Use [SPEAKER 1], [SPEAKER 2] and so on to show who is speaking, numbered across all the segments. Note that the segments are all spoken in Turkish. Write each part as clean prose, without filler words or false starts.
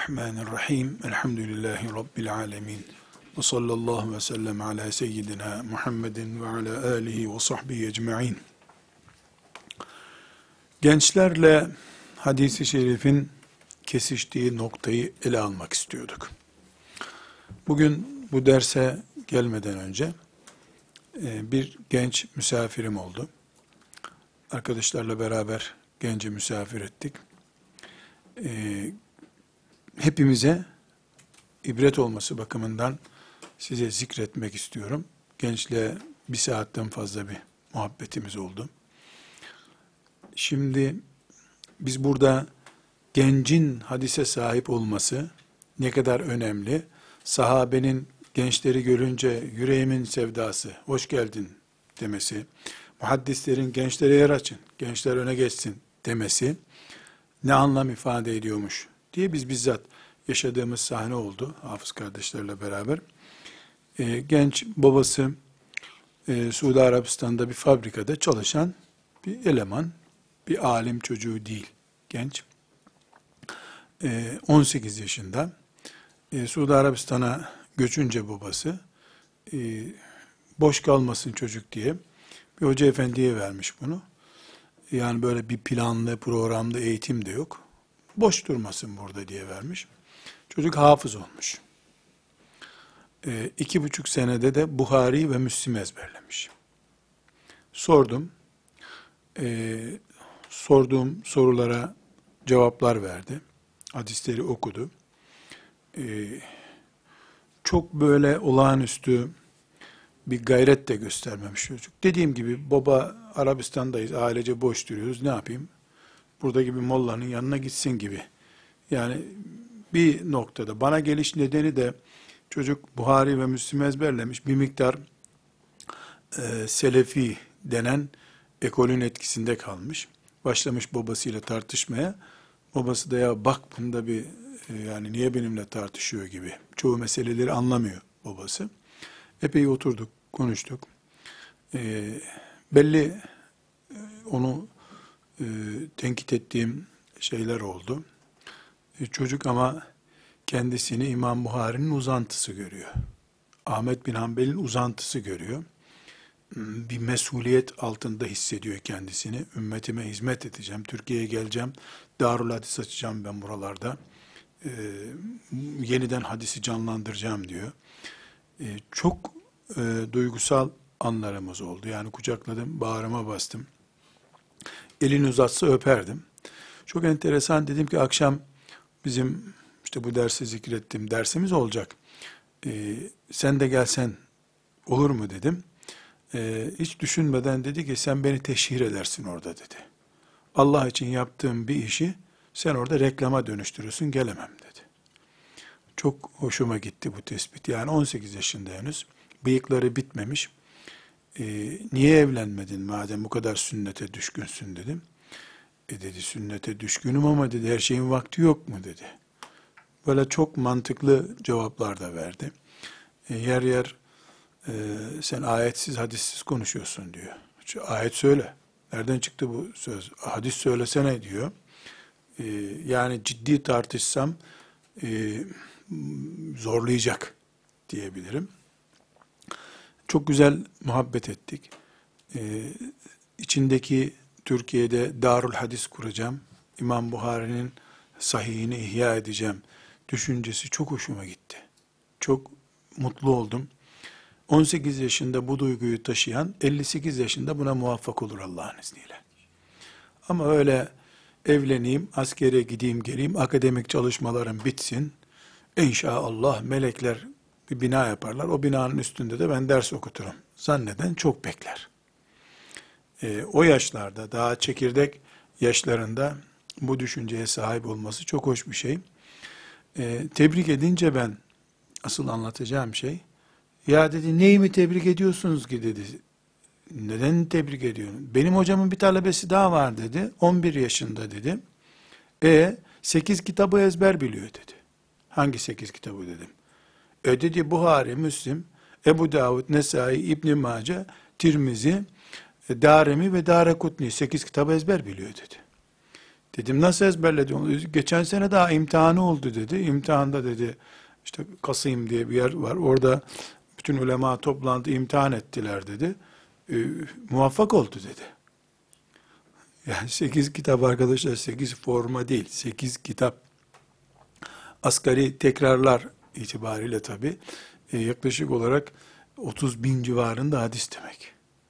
[SPEAKER 1] Bismillahirrahmanirrahim. Elhamdülillahi Rabbil alemin. Ve sallallahu ve sellem ala seyyidina Muhammedin ve ala alihi ve sahbihi ecma'in. Gençlerle hadis-i şerifin kesiştiği noktayı ele almak istiyorduk. Bugün bu derse gelmeden önce bir genç misafirim oldu. Arkadaşlarla beraber genci misafir ettik. Hepimize ibret olması bakımından size zikretmek istiyorum. Gençle bir saatten fazla bir muhabbetimiz oldu. Şimdi biz burada gencin hadise sahip olması ne kadar önemli? Sahabenin gençleri görünce yüreğimin sevdası, hoş geldin demesi, muhaddislerin gençlere yer açın, gençler öne geçsin demesi ne anlam ifade ediyormuş diye biz bizzat yaşadığımız sahne oldu hafız kardeşlerle beraber. Genç babası Suudi Arabistan'da bir fabrikada çalışan bir eleman, bir alim çocuğu değil, genç. 18 yaşında. Suudi Arabistan'a göçünce babası boş kalmasın çocuk diye bir hoca efendiye vermiş bunu. Yani böyle bir planlı, programlı eğitim de yok. Boş durmasın burada diye vermiş. Çocuk hafız olmuş. 2,5 senede de Buhari ve Müslim ezberlemiş. Sordum. Sorduğum sorulara cevaplar verdi. Hadisleri okudu. Çok böyle olağanüstü bir gayret de göstermemiş çocuk. Dediğim gibi baba Arabistan'dayız, ailece boş duruyoruz. Ne yapayım? Buradaki bir mollanın yanına gitsin gibi. Yani bir noktada bana geliş nedeni de çocuk Buhari ve Müslim ezberlemiş. Bir miktar Selefi denen ekolün etkisinde kalmış. Başlamış babasıyla tartışmaya. Babası da ya bak bunda bir yani niye benimle tartışıyor gibi. Çoğu meseleleri anlamıyor babası. Epey oturduk, konuştuk. Belli onu tenkit ettiğim şeyler oldu. Çocuk ama kendisini İmam Buhari'nin uzantısı görüyor. Ahmet bin Hanbel'in uzantısı görüyor. Bir mesuliyet altında hissediyor kendisini. Ümmetime hizmet edeceğim, Türkiye'ye geleceğim, Darul Hadis açacağım ben buralarda. Yeniden hadisi canlandıracağım diyor. Çok duygusal anlarımız oldu. Yani kucakladım, bağrıma bastım. Elini uzatsa öperdim. Çok enteresan, dedim ki akşam bizim işte bu dersi zikrettiğim dersimiz olacak. Sen de gelsen olur mu dedim. Hiç düşünmeden dedi ki sen beni teşhir edersin orada dedi. Allah için yaptığım bir işi sen orada reklama dönüştürüyorsun, gelemem dedi. Çok hoşuma gitti bu tespit. Yani 18 yaşında henüz, bıyıkları bitmemiş. Niye evlenmedin madem bu kadar sünnete düşkünsün dedim. Dedi sünnete düşkünüm ama dedi her şeyin vakti yok mu dedi. Böyle çok mantıklı cevaplar da verdi. Yer yer sen ayetsiz hadissiz konuşuyorsun diyor. Ayet söyle. Nereden çıktı bu söz? Hadis söylesene diyor. Yani ciddi tartışsam zorlayacak diyebilirim. Çok güzel muhabbet ettik. İçindeki Türkiye'de Darul Hadis kuracağım. İmam Buhari'nin sahihini ihya edeceğim düşüncesi çok hoşuma gitti. Çok mutlu oldum. 18 yaşında bu duyguyu taşıyan 58 yaşında buna muvaffak olur Allah'ın izniyle. Ama öyle evleneyim, askere gideyim geleyim, akademik çalışmalarım bitsin. İnşallah melekler bir bina yaparlar. O binanın üstünde de ben ders okuturum. Zanneden çok bekler. O yaşlarda, daha çekirdek yaşlarında bu düşünceye sahip olması çok hoş bir şey. Tebrik edince ben, asıl anlatacağım şey, ya dedi neyimi tebrik ediyorsunuz ki dedi. Neden tebrik ediyorsun? Benim hocamın bir talebesi daha var dedi. 11 yaşında dedi. 8 kitabı ezber biliyor dedi. Hangi 8 kitabı dedim. Dedi Buhari, Müslim, Ebu Davud, Nesai, İbn Mace, Tirmizi, Darimi ve Darekutni 8 kitabı ezber biliyor dedi. Dedim nasıl ezberledi onu? Geçen sene daha imtihanı oldu dedi. İmtihanda dedi işte Kasım diye bir yer var. Orada bütün ulema toplandı, imtihan ettiler dedi. Muvaffak oldu dedi. Yani 8 kitap arkadaşlar, 8 forma değil, 8 kitap. Asgari tekrarlar itibariyle tabi yaklaşık olarak 30 bin civarında hadis demek.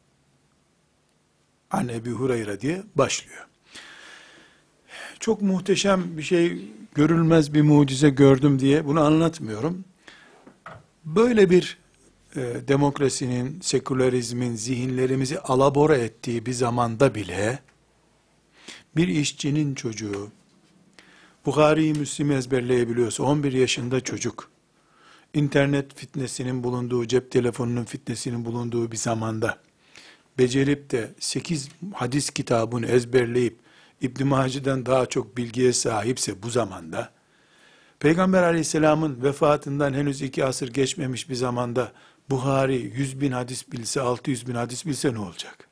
[SPEAKER 1] An Ebi Hureyre diye başlıyor. Çok muhteşem bir şey, görülmez bir mucize gördüm diye bunu anlatmıyorum. Böyle bir demokrasinin, sekülerizmin zihinlerimizi alabora ettiği bir zamanda bile bir işçinin çocuğu Buhari'yi, Müslim'i ezberleyebiliyorsa, 11 yaşında çocuk, internet fitnesinin bulunduğu, cep telefonunun fitnesinin bulunduğu bir zamanda becerip de 8 hadis kitabını ezberleyip İbn Mace'den daha çok bilgiye sahipse bu zamanda, Peygamber aleyhisselamın vefatından henüz 2 asır geçmemiş bir zamanda Buhari 100 bin hadis bilse, 600 bin hadis bilse ne olacak?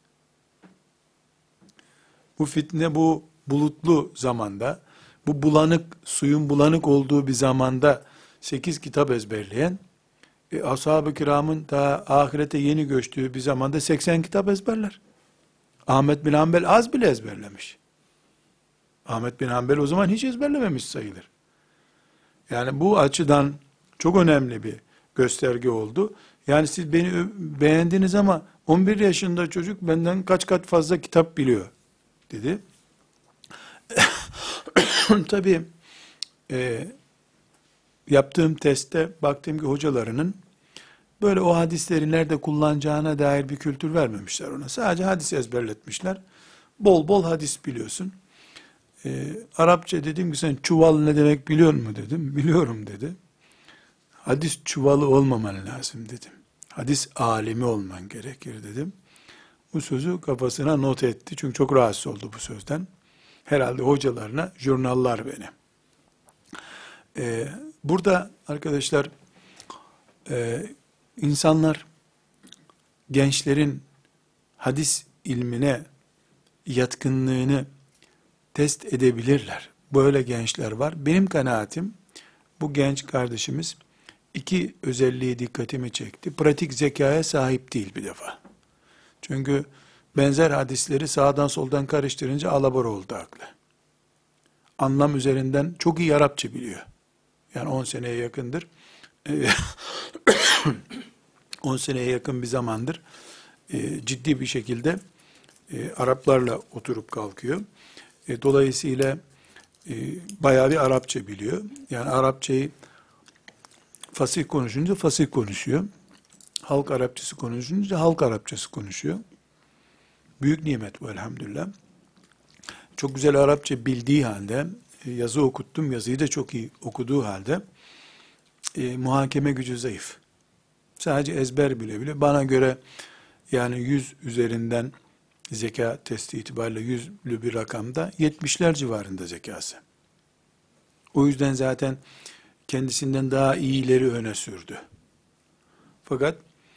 [SPEAKER 1] Bu fitne, bu bulutlu zamanda, bu bulanık, suyun bulanık olduğu bir zamanda 8 kitap ezberleyen, ashab-ı kiramın daha ahirete yeni göçtüğü bir zamanda 80 kitap ezberler. Ahmet bin Hanbel az bile ezberlemiş. Ahmet bin Hanbel o zaman hiç ezberlememiş sayılır. Yani bu açıdan çok önemli bir gösterge oldu. Yani siz beni beğendiniz ama 11 yaşında çocuk benden kaç kat fazla kitap biliyor dedi. Tabii yaptığım testte baktım ki hocalarının böyle o hadisleri nerede kullanacağına dair bir kültür vermemişler ona. Sadece hadis ezberletmişler. Bol bol hadis biliyorsun. Arapça dedim ki sen çuval ne demek biliyor musun dedim. Biliyorum dedi. Hadis çuvalı olmaman lazım dedim. Hadis alimi olman gerekir dedim. Bu sözü kafasına not etti. Çünkü çok rahatsız oldu bu sözden. Herhalde hocalarına jurnallar beni. Burada arkadaşlar insanlar gençlerin hadis ilmine yatkınlığını test edebilirler. Böyle gençler var. Benim kanaatim bu genç kardeşimiz 2 özelliği dikkatimi çekti. Pratik zekaya sahip değil bir defa. Çünkü benzer hadisleri sağdan soldan karıştırınca alabora oldu aklı. Anlam üzerinden çok iyi Arapça biliyor. Yani 10 seneye yakındır. 10 seneye yakın bir zamandır ciddi bir şekilde Araplarla oturup kalkıyor. Dolayısıyla bayağı bir Arapça biliyor. Yani Arapçayı fasih konuşunca fasih konuşuyor. Halk Arapçası konuşunca halk Arapçası konuşuyor. Büyük nimet bu elhamdülillah. Çok güzel Arapça bildiği halde, yazı okuttum, yazıyı da çok iyi okuduğu halde, muhakeme gücü zayıf. Sadece ezber bile bana göre yani 100 üzerinden zeka testi itibariyle 100'lü bir rakamda 70'ler civarında zekası. O yüzden zaten kendisinden daha iyileri öne sürdü. Fakat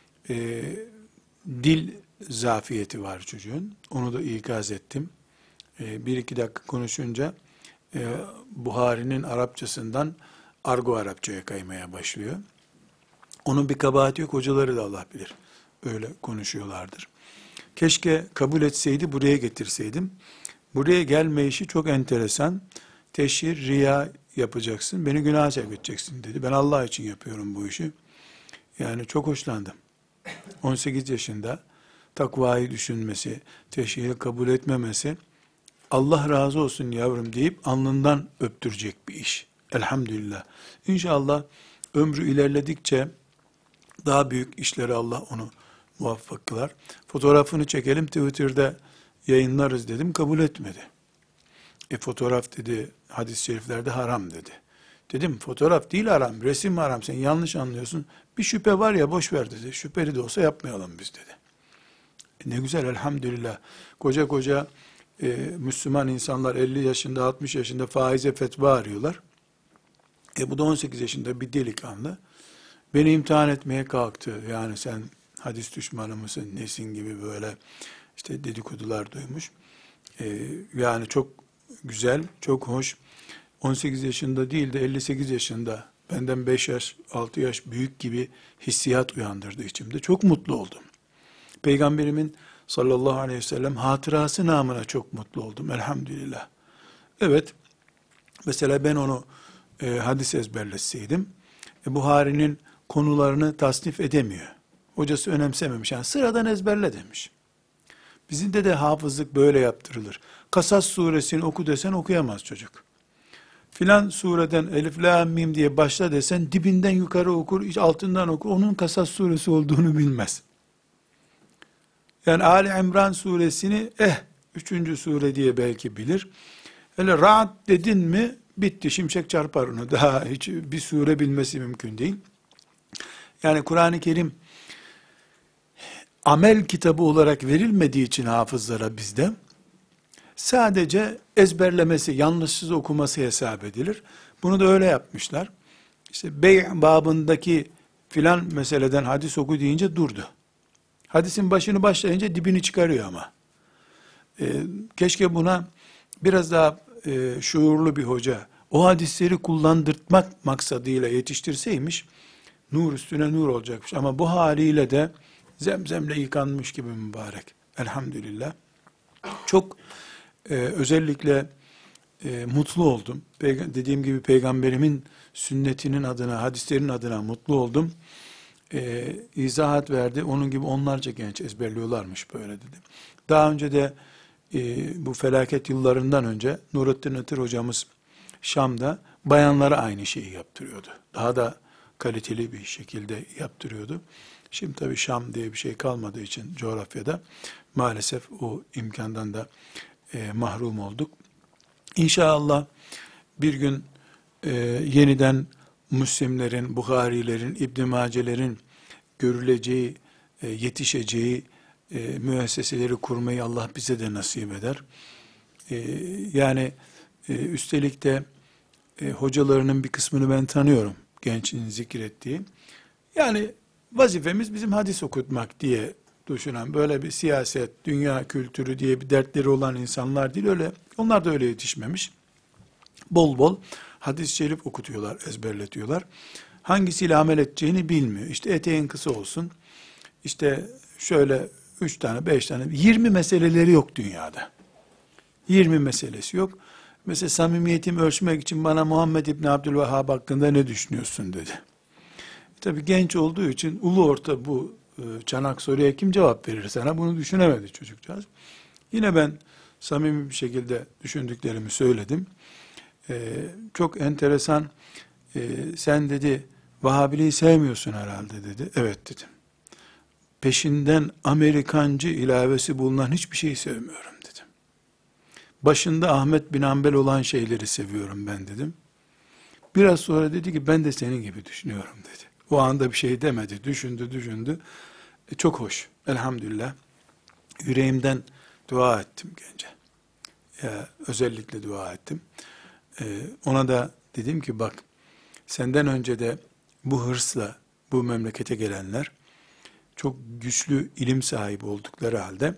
[SPEAKER 1] dil zafiyeti var çocuğun. Onu da ikaz ettim. 1-2 dakika konuşunca Buhari'nin Arapçasından argo Arapçaya kaymaya başlıyor. Onun bir kabahati yok, hocaları da Allah bilir. Öyle konuşuyorlardır. Keşke kabul etseydi, buraya getirseydim. Buraya gelme işi çok enteresan. Teşhir, riya yapacaksın, beni günaha sevk edeceksin dedi. Ben Allah için yapıyorum bu işi. Yani çok hoşlandım. 18 yaşında takvayı düşünmesi, teşhiri kabul etmemesi, Allah razı olsun yavrum deyip alnından öptürecek bir iş. Elhamdülillah. İnşallah ömrü ilerledikçe daha büyük işleri Allah onu muvaffak kılar. Fotoğrafını çekelim Twitter'da yayınlarız dedim, kabul etmedi. Fotoğraf dedi, hadis-i şeriflerde haram dedi. Dedim fotoğraf değil haram, resim haram, sen yanlış anlıyorsun. Bir şüphe var ya boş ver dedi. Şüpheli de olsa yapmayalım biz dedi. Ne güzel elhamdülillah. Koca koca Müslüman insanlar 50 yaşında 60 yaşında faize fetva arıyorlar. Bu da 18 yaşında bir delikanlı. Beni imtihan etmeye kalktı. Yani sen hadis düşmanı mısın, nesin gibi böyle işte dedikodular duymuş. Yani çok güzel, çok hoş. 18 yaşında değil de 58 yaşında, benden 5 yaş, 6 yaş büyük gibi hissiyat uyandırdı içimde. Çok mutlu oldum. Peygamberimin sallallahu aleyhi ve sellem hatırası namına çok mutlu oldum. Elhamdülillah. Evet, mesela ben onu hadis ezberletseydim, Buhari'nin konularını tasnif edemiyor. Hocası önemsememiş. Yani sıradan ezberle demiş. Bizde de hafızlık böyle yaptırılır. Kasas suresini oku desen okuyamaz çocuk. Filan sureden Elif la mim diye başla desen dibinden yukarı okur, hiç altından okur. Onun Kasas suresi olduğunu bilmez. Yani Ali İmran suresini üçüncü sure diye belki bilir. Hele Ra'd dedin mi bitti, şimşek çarpar onu. Daha hiç bir sure bilmesi mümkün değil. Yani Kur'an-ı Kerim amel kitabı olarak verilmediği için hafızlara bizde sadece ezberlemesi, yanlışsız okuması hesap edilir. Bunu da öyle yapmışlar. İşte bey babındaki filan meseleden hadis oku deyince durdu. Hadisin başını başlayınca dibini çıkarıyor ama. Keşke buna biraz daha şuurlu bir hoca o hadisleri kullandırtmak maksadıyla yetiştirseymiş, nur üstüne nur olacakmış. Ama bu haliyle de zemzemle yıkanmış gibi mübarek. Elhamdülillah. Çok özellikle mutlu oldum. Dediğim gibi peygamberimin sünnetinin adına, hadislerin adına mutlu oldum. İzahat verdi. Onun gibi onlarca genç ezberliyorlarmış böyle dedi. Daha önce de bu felaket yıllarından önce Nurettin Itır hocamız Şam'da bayanlara aynı şeyi yaptırıyordu. Daha da kaliteli bir şekilde yaptırıyordu. Şimdi tabii Şam diye bir şey kalmadığı için coğrafyada maalesef o imkandan da mahrum olduk. İnşallah bir gün yeniden Müslimlerin, Buharilerin, İbn Macelerin görüleceği, yetişeceği müesseseleri kurmayı Allah bize de nasip eder. Yani üstelik de hocalarının bir kısmını ben tanıyorum, gençliğini zikrettiği. Yani vazifemiz bizim hadis okutmak diye düşünen, böyle bir siyaset, dünya kültürü diye bir dertleri olan insanlar değil, öyle. Onlar da öyle yetişmemiş. Bol bol hadis-i şerif okutuyorlar, ezberletiyorlar. Hangisiyle amel edeceğini bilmiyor. İşte eteğin kısa olsun, İşte şöyle 3 tane, 5 tane, 20 meseleleri yok dünyada. 20 meselesi yok. Mesela samimiyetimi ölçmek için bana Muhammed İbni Abdülvehhab hakkında ne düşünüyorsun dedi. Tabii genç olduğu için ulu orta bu çanak soruya kim cevap verir sana, bunu düşünemedi çocukcağız. Yine ben samimi bir şekilde düşündüklerimi söyledim. Çok enteresan, sen dedi Vahabiliği sevmiyorsun herhalde dedi. Evet dedim. Peşinden Amerikancı ilavesi bulunan hiçbir şeyi sevmiyorum dedim. Başında Ahmet bin Hanbel olan şeyleri seviyorum ben dedim. Biraz sonra dedi ki ben de senin gibi düşünüyorum dedi. O anda bir şey demedi. Düşündü. Çok hoş. Elhamdülillah. Yüreğimden dua ettim gence. Özellikle dua ettim. Ona da dedim ki bak, senden önce de bu hırsla bu memlekete gelenler çok güçlü ilim sahibi oldukları halde,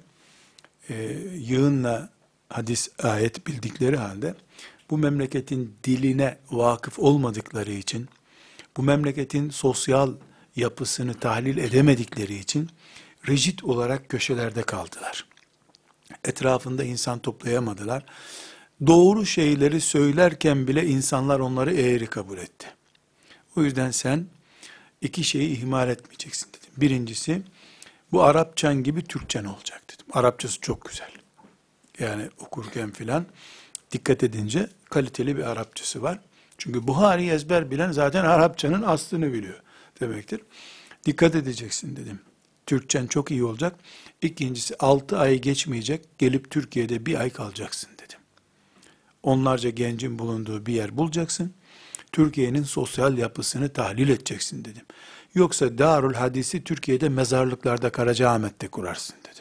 [SPEAKER 1] yığınla hadis, ayet bildikleri halde, bu memleketin diline vakıf olmadıkları için, bu memleketin sosyal yapısını tahlil edemedikleri için, rigid olarak köşelerde kaldılar. Etrafında insan toplayamadılar. Doğru şeyleri söylerken bile insanlar onları eğri kabul etti. O yüzden sen iki şeyi ihmal etmeyeceksin dedim. Birincisi, bu Arapçan gibi Türkçen olacak dedim. Arapçası çok güzel. Yani okurken filan dikkat edince kaliteli bir Arapçası var. Çünkü Buhari ezber bilen zaten Arapçanın aslını biliyor demektir. Dikkat edeceksin dedim. Türkçen çok iyi olacak. İkincisi, 6 ay geçmeyecek, gelip Türkiye'de bir ay kalacaksın dedim. Onlarca gencin bulunduğu bir yer bulacaksın. Türkiye'nin sosyal yapısını tahlil edeceksin dedim. Yoksa Darül Hadis'i Türkiye'de mezarlıklarda, Karacaahmet'te kurarsın dedim.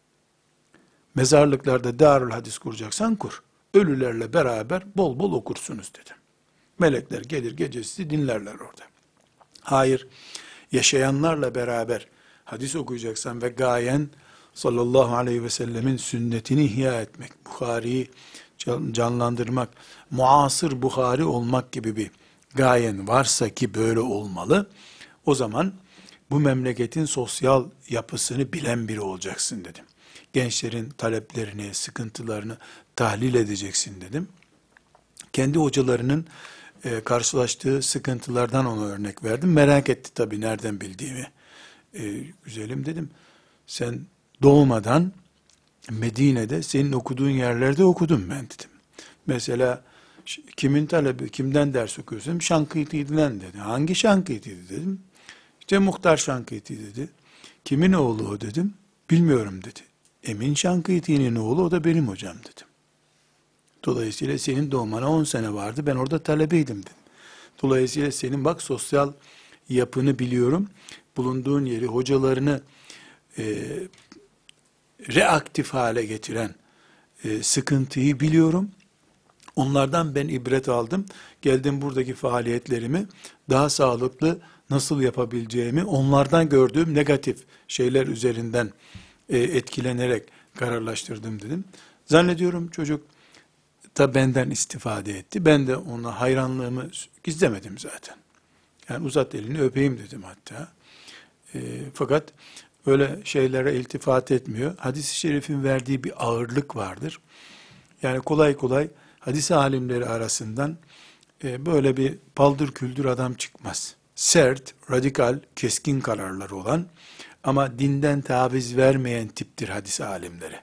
[SPEAKER 1] Mezarlıklarda Darül Hadis kuracaksan kur. Ölülerle beraber bol bol okursunuz dedim. Melekler gelir gecesi dinlerler orada. Hayır, yaşayanlarla beraber hadis okuyacaksan ve gayen sallallahu aleyhi ve sellemin sünnetini ihya etmek, Bukhari'yi canlandırmak, muasır Buhari olmak gibi bir gayen varsa ki böyle olmalı, o zaman bu memleketin sosyal yapısını bilen biri olacaksın dedim. Gençlerin taleplerini, sıkıntılarını tahlil edeceksin dedim. Kendi hocalarının karşılaştığı sıkıntılardan ona örnek verdim. Merak etti tabii nereden bildiğimi. Güzelim dedim. Sen doğmadan Medine'de senin okuduğun yerlerde okudum ben dedim. Mesela kimin talebi, kimden ders okuyorsun? Şankıti'den dedi. Hangi Şankıti dedim. İşte Muhtar Şankıti dedi. Kimin oğlu o dedim. Bilmiyorum dedi. Emin Şankıti'nin oğlu, o da benim hocam dedim. Dolayısıyla senin doğmana 10 sene vardı. Ben orada talebeydim dedim. Dolayısıyla senin bak sosyal yapını biliyorum. Bulunduğun yeri, hocalarını reaktif hale getiren sıkıntıyı biliyorum. Onlardan ben ibret aldım. Geldim buradaki faaliyetlerimi daha sağlıklı nasıl yapabileceğimi onlardan gördüğüm negatif şeyler üzerinden etkilenerek kararlaştırdım dedim. Zannediyorum çocuk da benden istifade etti. Ben de ona hayranlığımı gizlemedim zaten. Yani uzat elini öpeyim dedim hatta. Fakat öyle şeylere iltifat etmiyor. Hadis-i şerifin verdiği bir ağırlık vardır. Yani kolay kolay hadis alimleri arasından böyle bir paldır küldür adam çıkmaz. Sert, radikal, keskin kararları olan ama dinden taviz vermeyen tiptir hadis alimleri.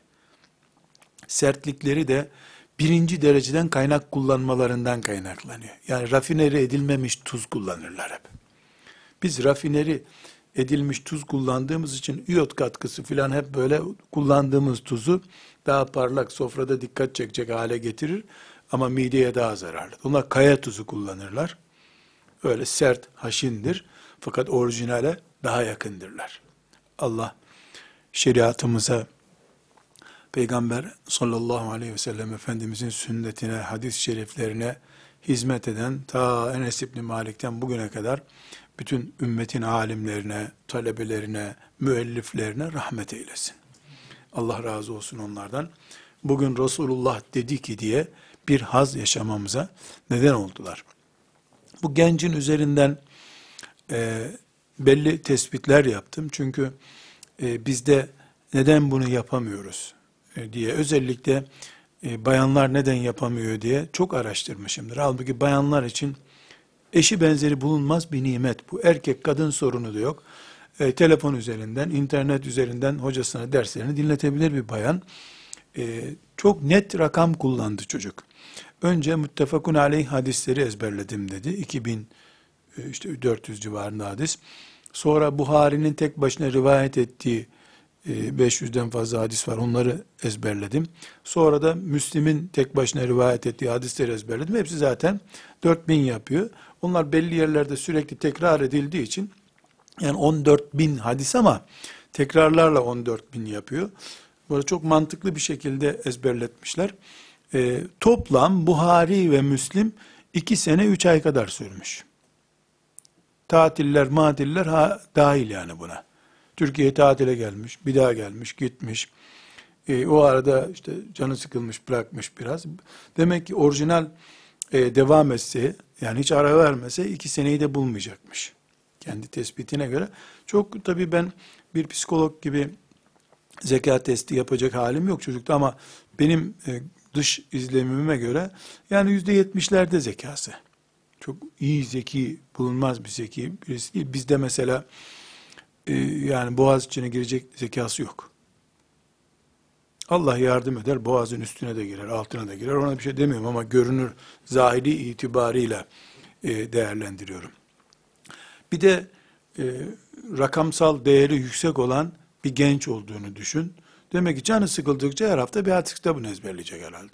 [SPEAKER 1] Sertlikleri de birinci dereceden kaynak kullanmalarından kaynaklanıyor. Yani rafineri edilmemiş tuz kullanırlar hep. Biz rafineri edilmiş tuz kullandığımız için iyot katkısı filan hep böyle kullandığımız tuzu daha parlak, sofrada dikkat çekecek hale getirir ama mideye daha zararlı. Onlar kaya tuzu kullanırlar. Öyle sert, haşindir fakat orijinale daha yakındırlar. Allah şeriatımıza, Peygamber sallallahu aleyhi ve sellem Efendimizin sünnetine, hadis-i şeriflerine hizmet eden ta Enes İbni Malik'ten bugüne kadar bütün ümmetin alimlerine, talebelerine, müelliflerine rahmet eylesin. Allah razı olsun onlardan. Bugün Resulullah dedi ki diye bir haz yaşamamıza neden oldular. Bu gencin üzerinden belli tespitler yaptım. Çünkü bizde neden bunu yapamıyoruz diye, özellikle bayanlar neden yapamıyor diye çok araştırmışımdır. Halbuki bayanlar için eşi benzeri bulunmaz bir nimet bu. Erkek kadın sorunu da yok. Telefon üzerinden, internet üzerinden hocasına derslerini dinletebilir bir bayan. Çok net rakam kullandı çocuk. Önce muttefakun aleyh hadisleri ezberledim dedi. 2400 civarında hadis. Sonra Buhari'nin tek başına rivayet ettiği 500'den fazla hadis var. Onları ezberledim. Sonra da Müslim'in tek başına rivayet ettiği hadisleri ezberledim. Hepsi zaten 4000 yapıyor. Onlar belli yerlerde sürekli tekrar edildiği için yani 14.000 hadis ama tekrarlarla 14.000 yapıyor. Böyle çok mantıklı bir şekilde ezberletmişler. Toplam Buhari ve Müslim 2 sene 3 ay kadar sürmüş. Tatiller, matiller dahil yani buna. Türkiye tatile gelmiş, bir daha gelmiş, gitmiş. O arada işte canı sıkılmış, bırakmış biraz. Demek ki orijinal devam etse, yani hiç ara vermese 2 seneyi de bulmayacakmış. Kendi tespitine göre. Çok tabii ben bir psikolog gibi zeka testi yapacak halim yok çocukta ama benim dış izlenimime göre yani %70'lerde zekası. Çok iyi zeki, bulunmaz bir zeki birisi değil. Bizde mesela yani boğaz içine girecek zekası yok. Allah yardım eder, boğazın üstüne de girer, altına da girer. Ona bir şey demiyorum ama görünür, zahiri itibarıyla değerlendiriyorum. Bir de rakamsal değeri yüksek olan bir genç olduğunu düşün. Demek ki canı sıkıldıkça her hafta bir hadis kitabını ezberleyecek herhalde.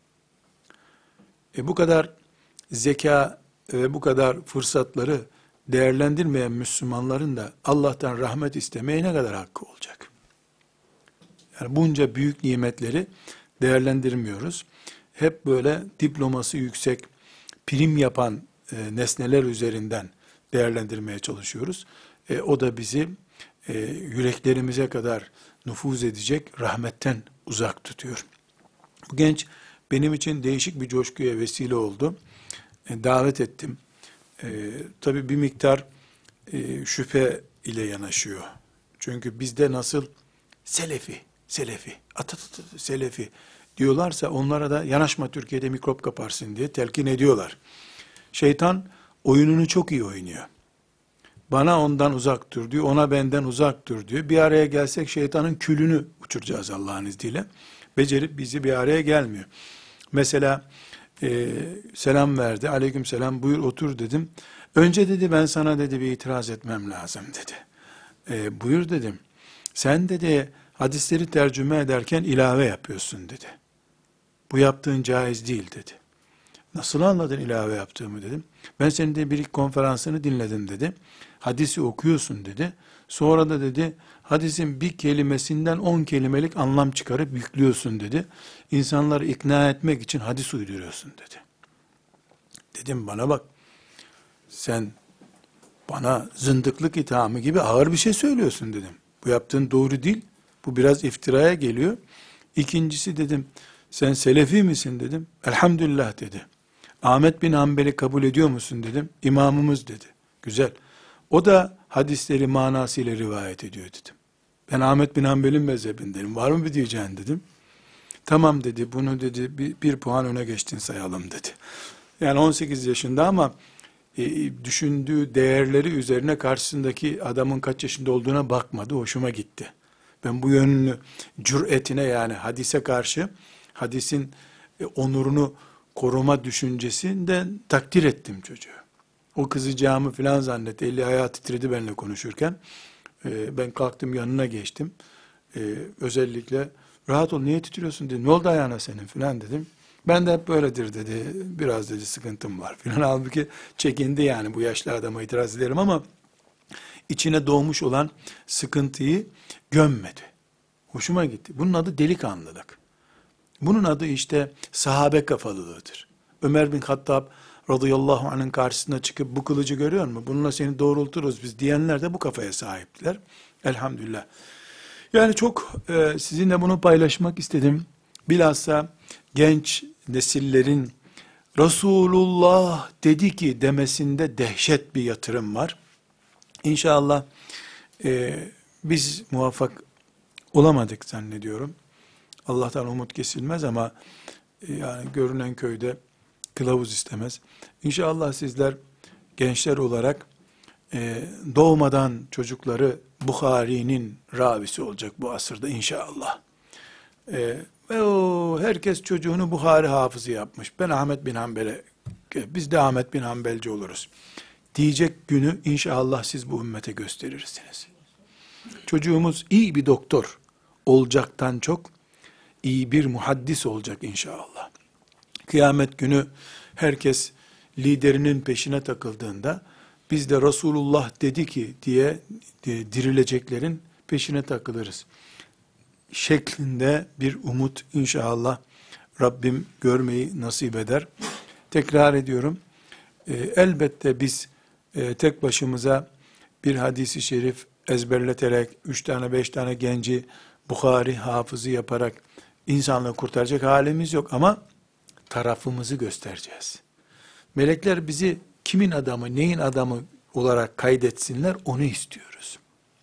[SPEAKER 1] Bu kadar zeka ve bu kadar fırsatları değerlendirmeyen Müslümanların da Allah'tan rahmet istemeye ne kadar hakkı olacak? Yani bunca büyük nimetleri değerlendirmiyoruz. Hep böyle diploması yüksek, prim yapan nesneler üzerinden değerlendirmeye çalışıyoruz. O da bizi yüreklerimize kadar nüfuz edecek rahmetten uzak tutuyor. Bu genç benim için değişik bir coşkuya vesile oldu. Davet ettim. Tabii bir miktar şüphe ile yanaşıyor. Çünkü bizde nasıl Selefi, Selefi diyorlarsa onlara da yanaşma, Türkiye'de mikrop kaparsın diye telkin ediyorlar. Şeytan oyununu çok iyi oynuyor. Bana ondan uzak dur diyor, ona benden uzak dur diyor. Bir araya gelsek şeytanın külünü uçuracağız Allah'ın izniyle. Becerip bizi bir araya gelmiyor. Mesela selam verdi, aleyküm selam, buyur otur dedim. Önce dedi ben sana dedi bir itiraz etmem lazım dedi. Buyur dedim. Sen dedi hadisleri tercüme ederken ilave yapıyorsun dedi. Bu yaptığın caiz değil dedi. Nasıl anladın ilave yaptığımı dedim. Ben senin de bir konferansını dinledim dedi. Hadisi okuyorsun dedi. Sonra da dedi hadisin bir kelimesinden 10 kelimelik anlam çıkarıp yüklüyorsun dedi. İnsanları ikna etmek için hadis uyduruyorsun dedi. Dedim bana bak, sen bana zındıklık ithamı gibi ağır bir şey söylüyorsun dedim. Bu yaptığın doğru değil. Bu biraz iftiraya geliyor. İkincisi dedim, sen Selefi misin dedim. Elhamdülillah dedi. Ahmet bin Hanbel'i kabul ediyor musun dedim. İmamımız dedi. Güzel. O da hadisleri manasıyla rivayet ediyor dedim. Ben Ahmet bin Hanbel'in mezhebindenim. Var mı bir diyeceğin dedim. Tamam dedi. Bunu dedi bir puan öne geçtin sayalım dedi. Yani 18 yaşında ama düşündüğü değerleri üzerine karşısındaki adamın kaç yaşında olduğuna bakmadı. Hoşuma gitti. Ben bu yönlü cüretine, yani hadise karşı hadisin onurunu koruma düşüncesinden takdir ettim çocuğu. O kızacağımı filan zannetti. Eli ayağı titredi benimle konuşurken. Ben kalktım yanına geçtim. Özellikle rahat ol, niye titriyorsun dedi. Ne oldu ayağına senin filan dedim. Ben de hep böyledir dedi. Biraz dedi sıkıntım var filan. Halbuki çekindi, yani bu yaşlı adama itiraz ederim ama içine doğmuş olan sıkıntıyı gömmedi. Hoşuma gitti. Bunun adı delikanlılık. Bunun adı işte sahabe kafalılığıdır. Ömer bin Hattab radıyallahu anh'ın karşısına çıkıp bu kılıcı görüyor musun? Bununla seni doğrulturuz biz diyenler de bu kafaya sahiptiler. Elhamdülillah. Yani çok sizinle bunu paylaşmak istedim. Bilhassa genç nesillerin Resulullah dedi ki demesinde dehşet bir yatırım var. İnşallah biz muvaffak olamadık zannediyorum. Allah'tan umut kesilmez ama yani görünen köyde kılavuz istemez. İnşallah sizler gençler olarak doğmadan çocukları Bukhari'nin ravisi olacak bu asırda inşallah. Ve herkes çocuğunu Bukhari hafızı yapmış. Ben Ahmet bin Hanbel'e, biz de Ahmet bin Hanbelci oluruz diyecek günü inşallah siz bu ümmete gösterirsiniz. Çocuğumuz iyi bir doktor olacaktan çok iyi bir muhaddis olacak inşallah. Kıyamet günü herkes liderinin peşine takıldığında biz de Resulullah dedi ki diye dirileceklerin peşine takılırız şeklinde bir umut inşallah Rabbim görmeyi nasip eder. Tekrar ediyorum. Elbette biz tek başımıza bir hadisi şerif ezberleterek 3 tane 5 tane genci Bukhari hafızı yaparak insanlığı kurtaracak halimiz yok ama tarafımızı göstereceğiz. Melekler bizi kimin adamı, neyin adamı olarak kaydetsinler, onu istiyoruz.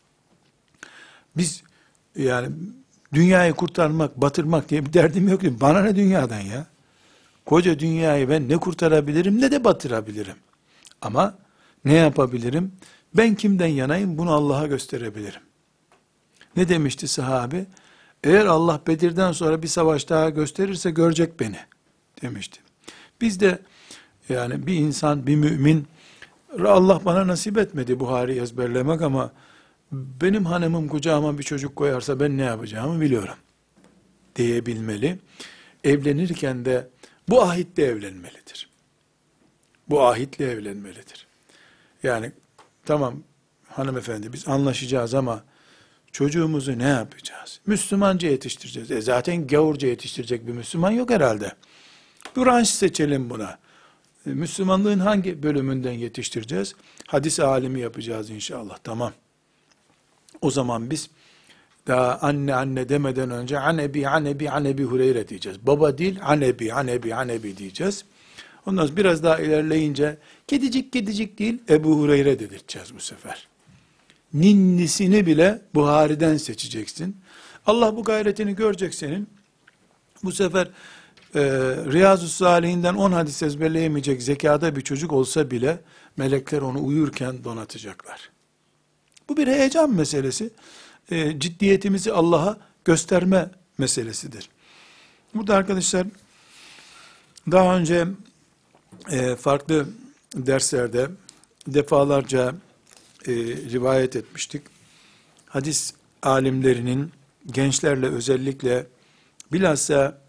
[SPEAKER 1] Biz yani dünyayı kurtarmak, batırmak diye bir derdim yok. Bana ne dünyadan ya? Koca dünyayı ben ne kurtarabilirim ne de batırabilirim. Ama ne yapabilirim? Ben kimden yanayım bunu Allah'a gösterebilirim. Ne demişti sahabe? Eğer Allah Bedir'den sonra bir savaş daha gösterirse görecek beni demişti. Biz de yani bir insan, bir mümin, Allah bana nasip etmedi Buhari ezberlemek ama benim hanımım kucağıma bir çocuk koyarsa ben ne yapacağımı biliyorum diyebilmeli. Evlenirken de bu ahitle evlenmelidir. Bu ahitle evlenmelidir. Yani tamam hanımefendi biz anlaşacağız ama çocuğumuzu ne yapacağız? Müslümanca yetiştireceğiz. Zaten gavurca yetiştirecek bir Müslüman yok herhalde. Branş seçelim buna. Müslümanlığın hangi bölümünden yetiştireceğiz? Hadis alimi yapacağız inşallah. Tamam. O zaman biz Daha anne anne demeden önce anebi anebi anebi Hureyre diyeceğiz. Baba değil, anebi anebi anebi diyeceğiz. Ondan sonra biraz daha ilerleyince kedicik kedicik değil, Ebu Hureyre dedirteceğiz bu sefer. Ninnisini bile Buhari'den seçeceksin. Allah bu gayretini görecek senin. Bu sefer Riyazu Salihinden 10 hadis ezberleyemeyecek zekada bir çocuk olsa bile melekler onu uyurken donatacaklar. Bu bir heyecan meselesi. Ciddiyetimizi Allah'a gösterme meselesidir. Burada arkadaşlar daha önce farklı derslerde defalarca rivayet etmiştik. Hadis alimlerinin gençlerle özellikle bilhassa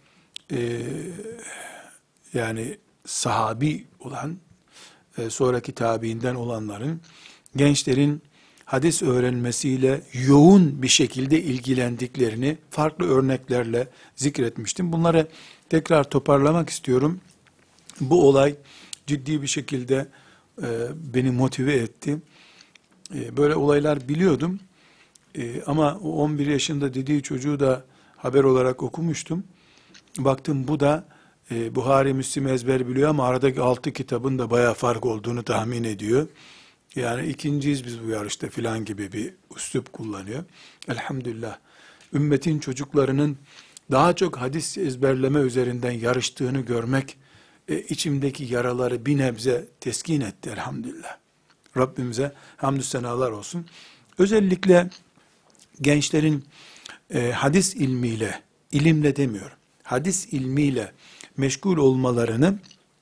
[SPEAKER 1] yani sahabi olan sonraki tabiinden olanların gençlerin hadis öğrenmesiyle yoğun bir şekilde ilgilendiklerini farklı örneklerle zikretmiştim. Bunları tekrar toparlamak istiyorum. Bu olay ciddi bir şekilde beni motive etti. Böyle olaylar biliyordum. Ama o 11 yaşında dediği çocuğu da haber olarak okumuştum. Baktım bu da Buhari, Müslim ezber biliyor ama aradaki 6 kitabın da bayağı fark olduğunu tahmin ediyor. Yani ikinciyiz biz bu yarışta filan gibi bir üslup kullanıyor. Elhamdülillah. Ümmetin çocuklarının daha çok hadis ezberleme üzerinden yarıştığını görmek içimdeki yaraları bir nebze teskin etti elhamdülillah. Rabbimize hamdü senalar olsun. Özellikle gençlerin hadis ilmiyle, ilimle demiyorum, hadis ilmiyle meşgul olmalarını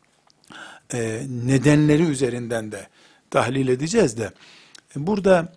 [SPEAKER 1] nedenleri üzerinden de tahlil edeceğiz de burada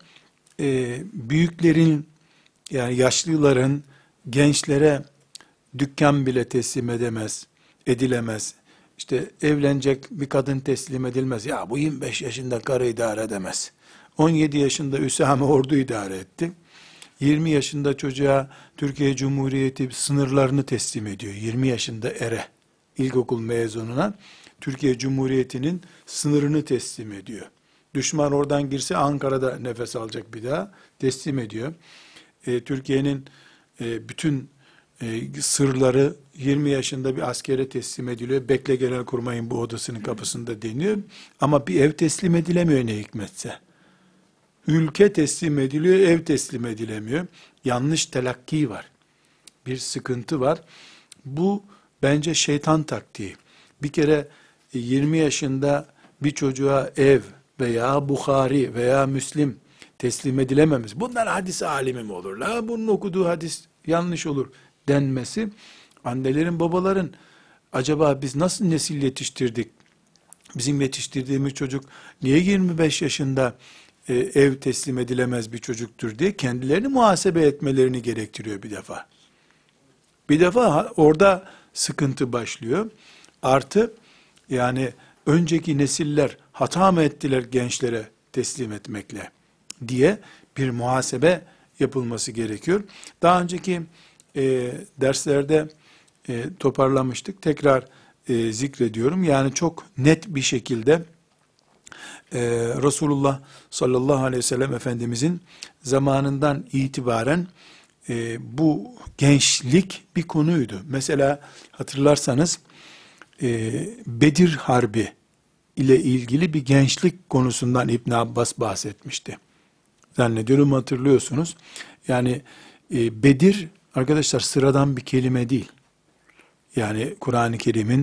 [SPEAKER 1] büyüklerin yani yaşlıların gençlere dükkan bile teslim edilemez. İşte evlenecek bir kadın teslim edilmez. Ya bu 25 yaşında karı idare edemez. 17 yaşında Üsame ordu idare etti. 20 yaşında çocuğa Türkiye Cumhuriyeti sınırlarını teslim ediyor. 20 yaşında ere, ilkokul mezununa Türkiye Cumhuriyeti'nin sınırını teslim ediyor. Düşman oradan girse Ankara'da nefes alacak bir daha teslim ediyor. Türkiye'nin bütün sırları 20 yaşında bir askere teslim ediliyor. Bekle Genelkurmay'ın bu odasının kapısında deniyor. Ama bir ev teslim edilemiyor ne hikmetse. Ülke teslim ediliyor, ev teslim edilemiyor. Yanlış telakki var. Bir sıkıntı var. Bu bence şeytan taktiği. Bir kere 20 yaşında bir çocuğa ev veya Bukhari veya Müslim teslim edilememiz. Bunlar hadis alimi mi olur? La bunun okuduğu hadis yanlış olur denmesi. Annelerin, babaların acaba biz nasıl nesil yetiştirdik? Bizim yetiştirdiğimiz çocuk niye 25 yaşında ev teslim edilemez bir çocuktur diye kendilerini muhasebe etmelerini gerektiriyor bir defa. Bir defa orada sıkıntı başlıyor. Artı yani önceki nesiller hata mı ettiler gençlere teslim etmekle diye bir muhasebe yapılması gerekiyor. Daha önceki derslerde toparlamıştık. Tekrar zikrediyorum. Yani çok net bir şekilde Resulullah sallallahu aleyhi ve sellem Efendimizin zamanından itibaren bu gençlik bir konuydu. Mesela hatırlarsanız Bedir Harbi ile ilgili bir gençlik konusundan İbn Abbas bahsetmişti. Zannediyorum hatırlıyorsunuz. Yani Bedir arkadaşlar sıradan bir kelime değil. Yani Kur'an-ı Kerim'in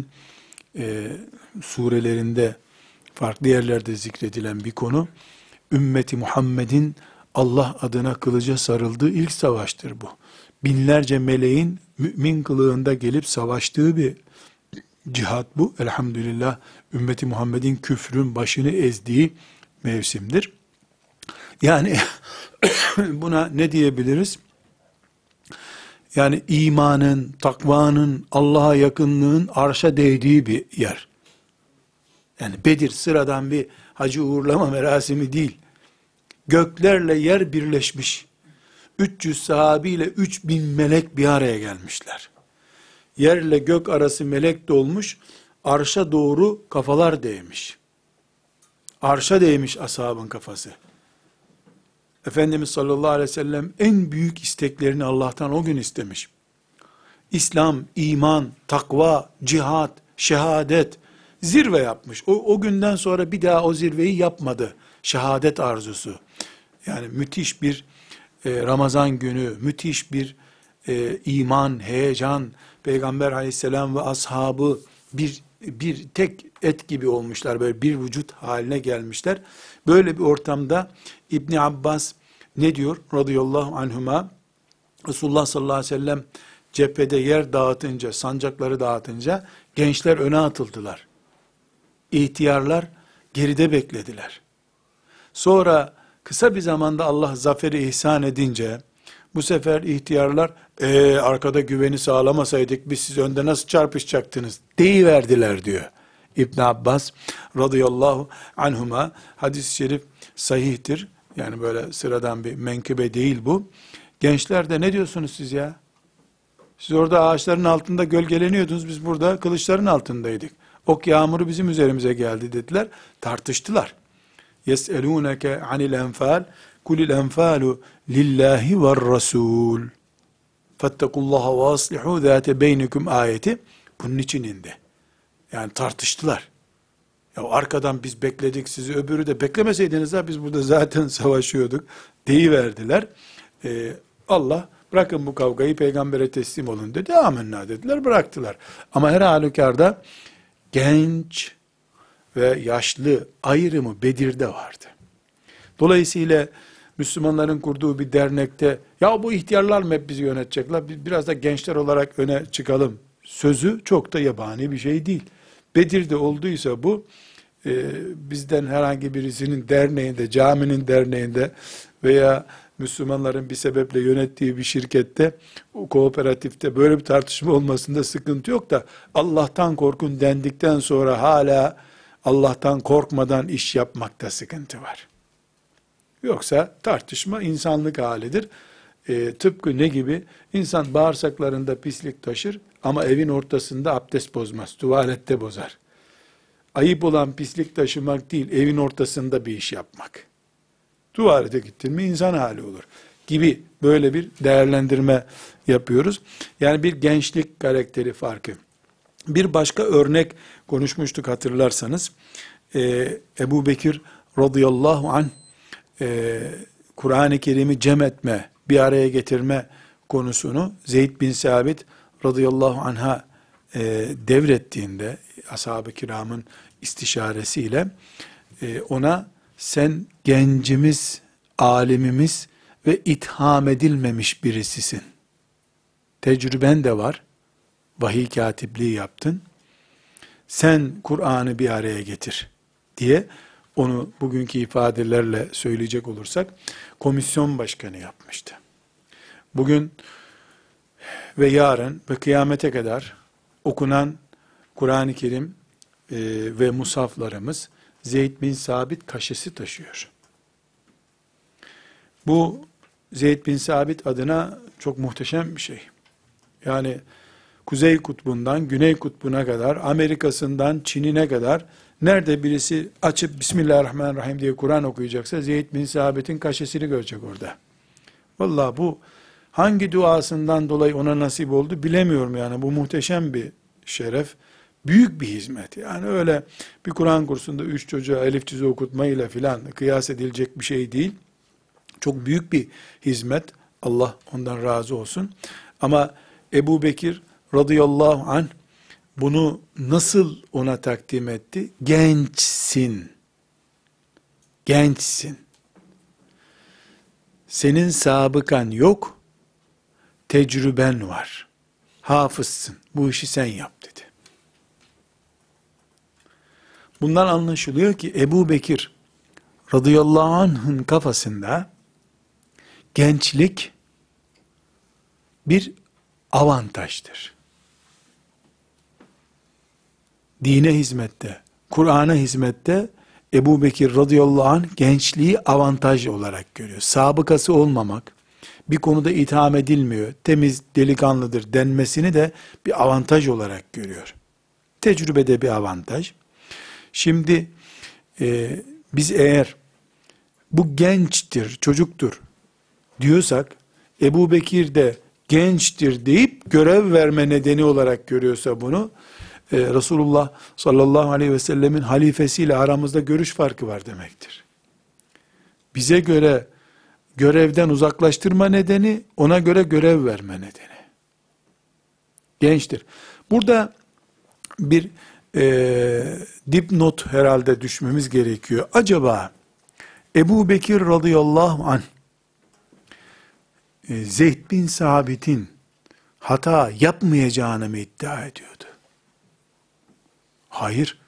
[SPEAKER 1] surelerinde farklı yerlerde zikredilen bir konu. Ümmeti Muhammed'in Allah adına kılıca sarıldığı ilk savaştır bu. Binlerce meleğin mümin kılığında gelip savaştığı bir cihat bu. Elhamdülillah ümmeti Muhammed'in küfrün başını ezdiği mevsimdir. Yani buna ne diyebiliriz? Yani imanın, takvanın, Allah'a yakınlığın arşa değdiği bir yer. Yani Bedir sıradan bir hacı uğurlama merasimi değil. Göklerle yer birleşmiş. 300 sahabiyle 3000 melek bir araya gelmişler. Yerle gök arası melek dolmuş, arşa doğru kafalar değmiş. Arşa değmiş ashabın kafası. Efendimiz sallallahu aleyhi ve sellem en büyük isteklerini Allah'tan o gün istemiş. İslam, iman, takva, cihat, şehadet zirve yapmış. O günden sonra bir daha o zirveyi yapmadı. Şehadet arzusu. Yani müthiş bir Ramazan günü, müthiş bir iman, heyecan, Peygamber aleyhisselam ve ashabı bir tek et gibi olmuşlar, böyle bir vücut haline gelmişler. Böyle bir ortamda İbni Abbas ne diyor radıyallahu anhuma? Resulullah sallallahu aleyhi ve sellem cephede yer dağıtınca, sancakları dağıtınca gençler öne atıldılar. İhtiyarlar geride beklediler. Sonra kısa bir zamanda Allah zaferi ihsan edince bu sefer ihtiyarlar arkada güveni sağlamasaydık biz siz önde nasıl çarpışacaktınız deyiverdiler diyor. İbn Abbas radıyallahu anhuma, hadis-i şerif sahihtir. Yani böyle sıradan bir menkıbe değil bu. Gençler de ne diyorsunuz siz ya? Siz orada ağaçların altında gölgeleniyordunuz, biz burada kılıçların altındaydık. Ok yağmuru bizim üzerimize geldi dediler. Tartıştılar. يَسْأَلُونَكَ عَنِ الْاَنْفَالِ قُلِ الْاَنْفَالُ لِلّٰهِ وَالرَّسُولِ فَاتَّقُوا اللّٰهَ وَاصْلِحُوا ذَاتَ بَيْنِكُمْ ayeti bunun için indi. Yani tartıştılar. Ya arkadan biz bekledik sizi, öbürü de beklemeseydiniz ha biz burada zaten savaşıyorduk deyiverdiler. Allah bırakın bu kavgayı, peygambere teslim olun dedi. Amenna dediler, bıraktılar. Ama her halükarda genç ve yaşlı ayrımı Bedir'de vardı. Dolayısıyla Müslümanların kurduğu bir dernekte ya bu ihtiyarlar mı hep bizi yönetecekler, biz biraz da gençler olarak öne çıkalım sözü çok da yabani bir şey değil. Bedir'de olduysa bu bizden herhangi birisinin derneğinde, caminin derneğinde veya Müslümanların bir sebeple yönettiği bir şirkette, o kooperatifte böyle bir tartışma olmasında sıkıntı yok da Allah'tan korkun dendikten sonra hala Allah'tan korkmadan iş yapmakta sıkıntı var. Yoksa tartışma insanlık halidir. Tıpkı ne gibi? İnsan bağırsaklarında pislik taşır ama evin ortasında abdest bozmaz, tuvalette bozar. Ayıp olan pislik taşımak değil, evin ortasında bir iş yapmak. Tuvalete gittin mi insan hali olur gibi böyle bir değerlendirme yapıyoruz. Yani bir gençlik karakteri farkı. Bir başka örnek konuşmuştuk hatırlarsanız. Ebu Bekir radıyallahu anh Kur'an-ı Kerim'i cem etme, bir araya getirme konusunu Zeyd bin Sabit radıyallahu anh'a devrettiğinde ashab-ı kiramın istişaresiyle ona sen gencimiz, alimimiz ve itham edilmemiş birisisin. Tecrüben de var. Vahiy katipliği yaptın. Sen Kur'an'ı bir araya getir diye onu bugünkü ifadelerle söyleyecek olursak komisyon başkanı yapmıştı. Bugün ve yarın ve kıyamete kadar okunan Kur'an-ı Kerim ve musaflarımız Zeyd bin Sabit kaşesi taşıyor. Bu Zeyd bin Sabit adına çok muhteşem bir şey. Yani Kuzey Kutbu'ndan Güney Kutbu'na kadar, Amerika'sından Çin'ine kadar nerede birisi açıp Bismillahirrahmanirrahim diye Kur'an okuyacaksa Zeyd bin Sabit'in kaşesini görecek orada. Vallahi bu hangi duasından dolayı ona nasip oldu bilemiyorum yani. Bu muhteşem bir şeref, büyük bir hizmet. Yani öyle bir Kur'an kursunda 3 çocuğa elif cüzü okutmayla filan kıyas edilecek bir şey değil. Çok büyük bir hizmet. Allah ondan razı olsun. Ama Ebu Bekir radıyallahu anh bunu nasıl ona takdim etti? Gençsin. Gençsin. Senin sabıkan yok, tecrüben var. Hafızsın. Bu işi sen yap dedi. Bundan anlaşılıyor ki Ebu Bekir radıyallahu anh'ın kafasında gençlik bir avantajdır. Dine hizmette, Kur'an'a hizmette Ebu Bekir radıyallahu anh gençliği avantaj olarak görüyor. Sabıkası olmamak, bir konuda itham edilmiyor, temiz delikanlıdır denmesini de bir avantaj olarak görüyor. Tecrübede bir avantaj. Şimdi biz eğer bu gençtir, çocuktur diyorsak, Ebu Bekir de gençtir deyip görev verme nedeni olarak görüyorsa bunu, Resulullah sallallahu aleyhi ve sellemin halifesiyle aramızda görüş farkı var demektir. Bize göre görevden uzaklaştırma nedeni, ona göre görev verme nedeni. Gençtir. Burada bir dipnot herhalde düşmemiz gerekiyor. Acaba Ebu Bekir radıyallahu anh, Zeyd bin Sabit'in hata yapmayacağını mı iddia ediyordu? Hayır.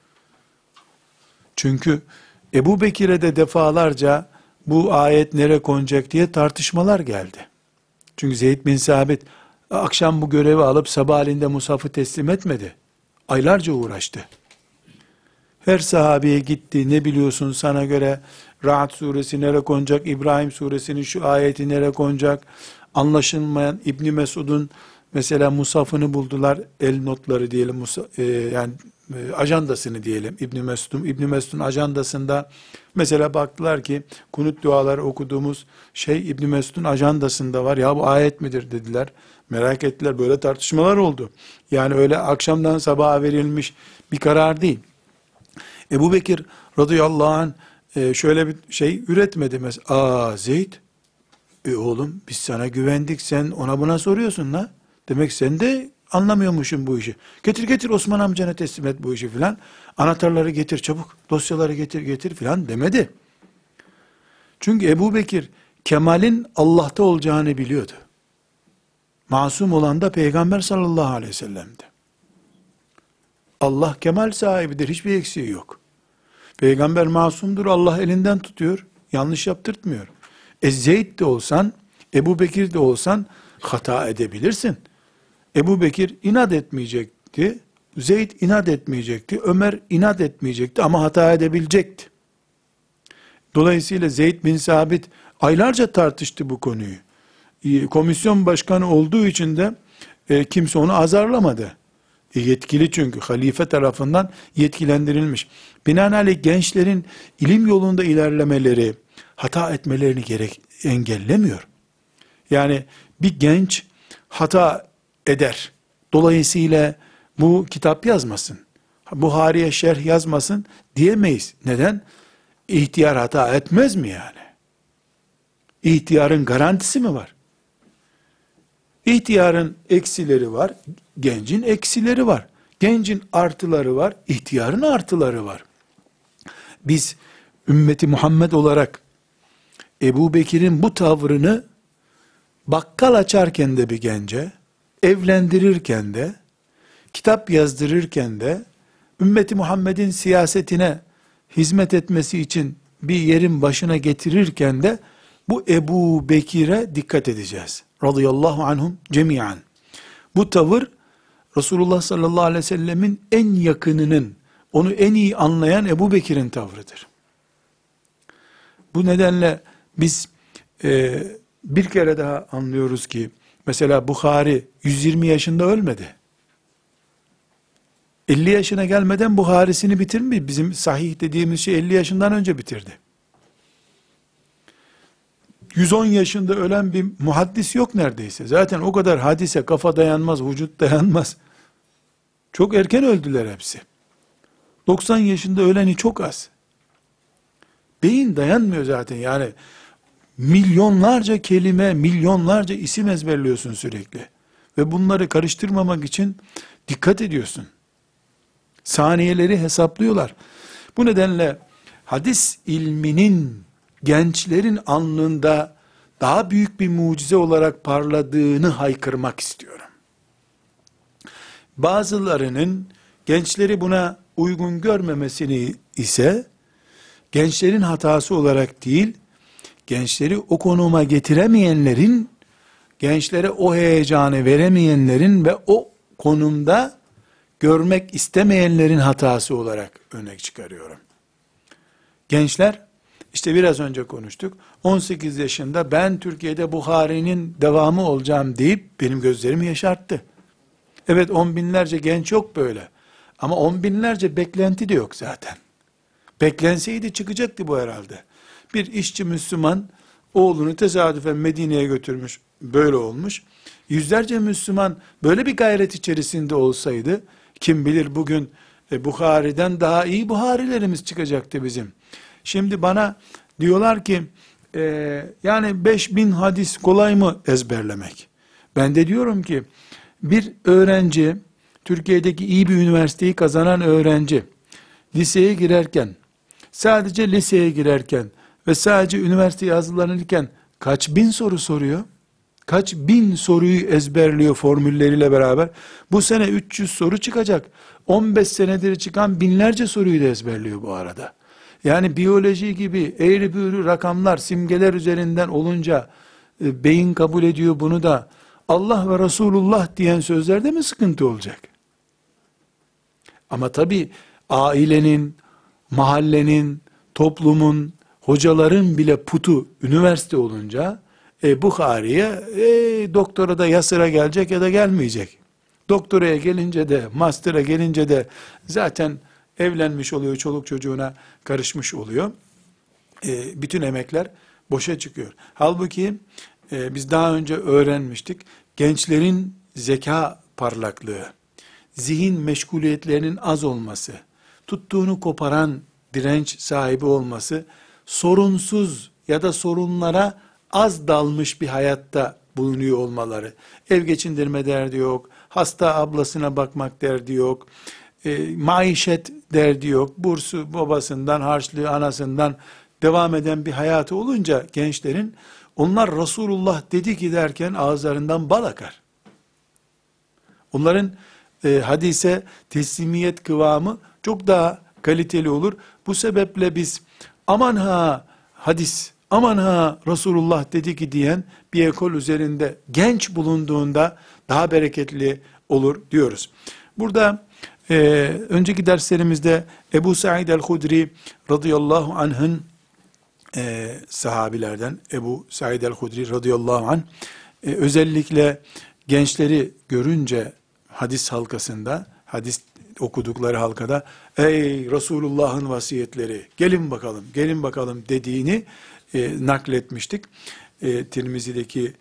[SPEAKER 1] Çünkü Ebu Bekir'e de defalarca bu ayet nereye konacak diye tartışmalar geldi. Çünkü Zeyd bin Sabit akşam bu görevi alıp sabahleyin de mushafı teslim etmedi. Aylarca uğraştı. Her sahabeye gitti, ne biliyorsun sana göre Ra'd suresi nereye konacak, İbrahim suresinin şu ayeti nereye konacak, anlaşılmayan İbni Mesud'un mesela mushafını buldular, el notları diyelim, ajandasını diyelim İbni Mesud'un ajandasında mesela baktılar ki kunut duaları okuduğumuz şey İbni Mesud'un ajandasında var, ya bu ayet midir dediler, merak ettiler, böyle tartışmalar oldu. Yani öyle akşamdan sabaha verilmiş bir karar değil. Ebu Bekir radıyallahu anh şöyle bir şey üretmedi mesela. Zeyd, oğlum biz sana güvendik, sen ona buna soruyorsun la. Demek sen de anlamıyormuşsun bu işi. Getir Osman amcana teslim et bu işi filan. Anahtarları getir çabuk, dosyaları getir filan demedi. Çünkü Ebu Bekir kemalin Allah'ta olacağını biliyordu. Masum olan da Peygamber sallallahu aleyhi ve sellem'di. Allah kemal sahibidir, hiçbir eksiği yok. Peygamber masumdur, Allah elinden tutuyor, yanlış yaptırtmıyor. Zeyd de olsan, Ebu Bekir de olsan hata edebilirsin. Ebu Bekir inat etmeyecekti, Zeyd inat etmeyecekti, Ömer inat etmeyecekti ama hata edebilecekti. Dolayısıyla Zeyd bin Sabit aylarca tartıştı bu konuyu. Komisyon başkanı olduğu için de kimse onu azarlamadı. Yetkili çünkü, halife tarafından yetkilendirilmiş. Binaenaleyh gençlerin ilim yolunda ilerlemeleri, hata etmelerini engellemiyor. Yani bir genç hata eder. Dolayısıyla bu kitap yazmasın, Buhari'ye şerh yazmasın diyemeyiz. Neden? İhtiyar hata etmez mi yani? İhtiyarın garantisi mi var? İhtiyarın eksileri var, gencin eksileri var. Gencin artıları var, ihtiyarın artıları var. Biz ümmeti Muhammed olarak Ebu Bekir'in bu tavrını bakkal açarken de bir gence, evlendirirken de, kitap yazdırırken de, ümmeti Muhammed'in siyasetine hizmet etmesi için bir yerin başına getirirken de bu Ebu Bekir'e dikkat edeceğiz. Radıyallahu anhum cemiyan. Bu tavır Resulullah sallallahu aleyhi ve sellemin en yakınının, onu en iyi anlayan Ebu Bekir'in tavrıdır. Bu nedenle biz bir kere daha anlıyoruz ki, mesela Buhari 120 yaşında ölmedi. 50 yaşına gelmeden Buharisini bitirmiş. Bizim sahih dediğimiz şey 50 yaşından önce bitirdi. 110 yaşında ölen bir muhaddis yok neredeyse. Zaten o kadar hadise kafa dayanmaz, vücut dayanmaz. Çok erken öldüler hepsi. 90 yaşında öleni çok az. Beyin dayanmıyor zaten yani. Milyonlarca kelime, milyonlarca isim ezberliyorsun sürekli. Ve bunları karıştırmamak için dikkat ediyorsun. Saniyeleri hesaplıyorlar. Bu nedenle hadis ilminin gençlerin alnında daha büyük bir mucize olarak parladığını haykırmak istiyorum. Bazılarının gençleri buna uygun görmemesini ise gençlerin hatası olarak değil, gençleri o konuma getiremeyenlerin, gençlere o heyecanı veremeyenlerin ve o konumda görmek istemeyenlerin hatası olarak örnek çıkarıyorum. Gençler, işte biraz önce konuştuk, 18 yaşında ben Türkiye'de Buhari'nin devamı olacağım deyip benim gözlerimi yaşarttı. Evet, 10 binlerce genç yok böyle. Ama 10 binlerce beklenti de yok zaten. Beklenseydi çıkacaktı bu herhalde. Bir işçi Müslüman oğlunu tesadüfen Medine'ye götürmüş. Böyle olmuş. Yüzlerce Müslüman böyle bir gayret içerisinde olsaydı, kim bilir bugün Buhari'den daha iyi Buharilerimiz çıkacaktı bizim. Şimdi bana diyorlar ki, yani 5000 hadis kolay mı ezberlemek? Ben de diyorum ki, bir öğrenci, Türkiye'deki iyi bir üniversiteyi kazanan öğrenci, liseye girerken, sadece liseye girerken ve sadece üniversiteye hazırlanırken kaç bin soru soruyor? Kaç bin soruyu ezberliyor formülleriyle beraber? Bu sene 300 soru çıkacak. 15 senedir çıkan binlerce soruyu da ezberliyor bu arada. Yani biyoloji gibi eğri büğrü rakamlar, simgeler üzerinden olunca beyin kabul ediyor bunu da. Allah ve Resulullah diyen sözlerde mi sıkıntı olacak? Ama tabi ailenin, mahallenin, toplumun, hocaların bile putu üniversite olunca Bukhari'ye doktora da ya sıra gelecek ya da gelmeyecek. Doktoraya gelince de, master'a gelince de zaten evlenmiş oluyor, çoluk çocuğuna karışmış oluyor. Bütün emekler boşa çıkıyor. Halbuki biz daha önce öğrenmiştik. Gençlerin zeka parlaklığı, zihin meşguliyetlerinin az olması, tuttuğunu koparan direnç sahibi olması, sorunsuz ya da sorunlara az dalmış bir hayatta bulunuyor olmaları, ev geçindirme derdi yok, hasta ablasına bakmak derdi yok, maişet derdi yok, bursu babasından, harçlığı anasından devam eden bir hayatı olunca gençlerin, onlar Resulullah dedi ki derken ağızlarından bal akar. Onların hadise teslimiyet kıvamı çok daha kaliteli olur. Bu sebeple biz aman ha hadis, aman ha Resulullah dedi ki diyen bir ekol üzerinde genç bulunduğunda daha bereketli olur diyoruz. Burada önceki derslerimizde Ebu Said el-Hudri radıyallahu anh'ın sahabilerden Ebu Said el-Hudri radıyallahu anh özellikle gençleri görünce hadis halkasında, hadis okudukları halkada, ey Resulullah'ın vasiyetleri, gelin bakalım, gelin bakalım dediğini nakletmiştik. Tirmizi'deki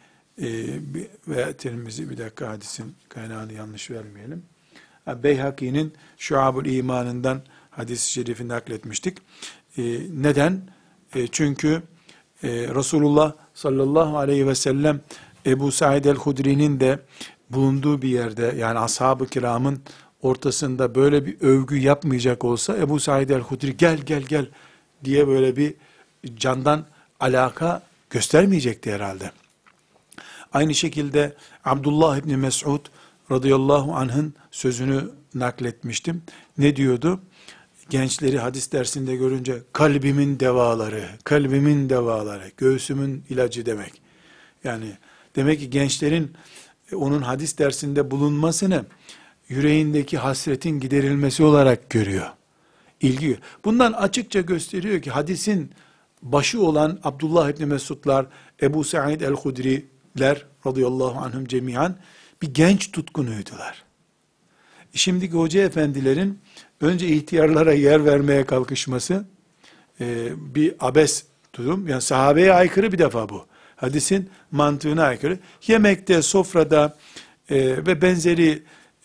[SPEAKER 1] ve Tirmizi, bir dakika hadisin kaynağını yanlış vermeyelim. Beyhaki'nin Şuab-ül İman'ından hadis-i şerifi nakletmiştik. Neden? Çünkü Resulullah sallallahu aleyhi ve sellem Ebu Said el-Hudri'nin de bulunduğu bir yerde, yani ashab-ı kiramın ortasında böyle bir övgü yapmayacak olsa Ebu Said el-Hudri gel gel gel diye böyle bir candan alaka göstermeyecekti herhalde. Aynı şekilde Abdullah İbni Mes'ud radıyallahu anh'ın sözünü nakletmiştim. Ne diyordu? Gençleri hadis dersinde görünce kalbimin devaları, kalbimin devaları, göğsümün ilacı demek. Yani demek ki gençlerin onun hadis dersinde bulunmasını yüreğindeki hasretin giderilmesi olarak görüyor. İlgi. Bundan açıkça gösteriyor ki hadisin başı olan Abdullah İbni Mesudlar, Ebu Said el-Hudri'ler radıyallahu anhum cemiyan bir genç tutkunuydular. Şimdiki hoca efendilerin önce ihtiyarlara yer vermeye kalkışması bir abes durum. Yani sahabeye aykırı bir defa bu. Hadisin mantığına aykırı. Yemekte, sofrada ve benzeri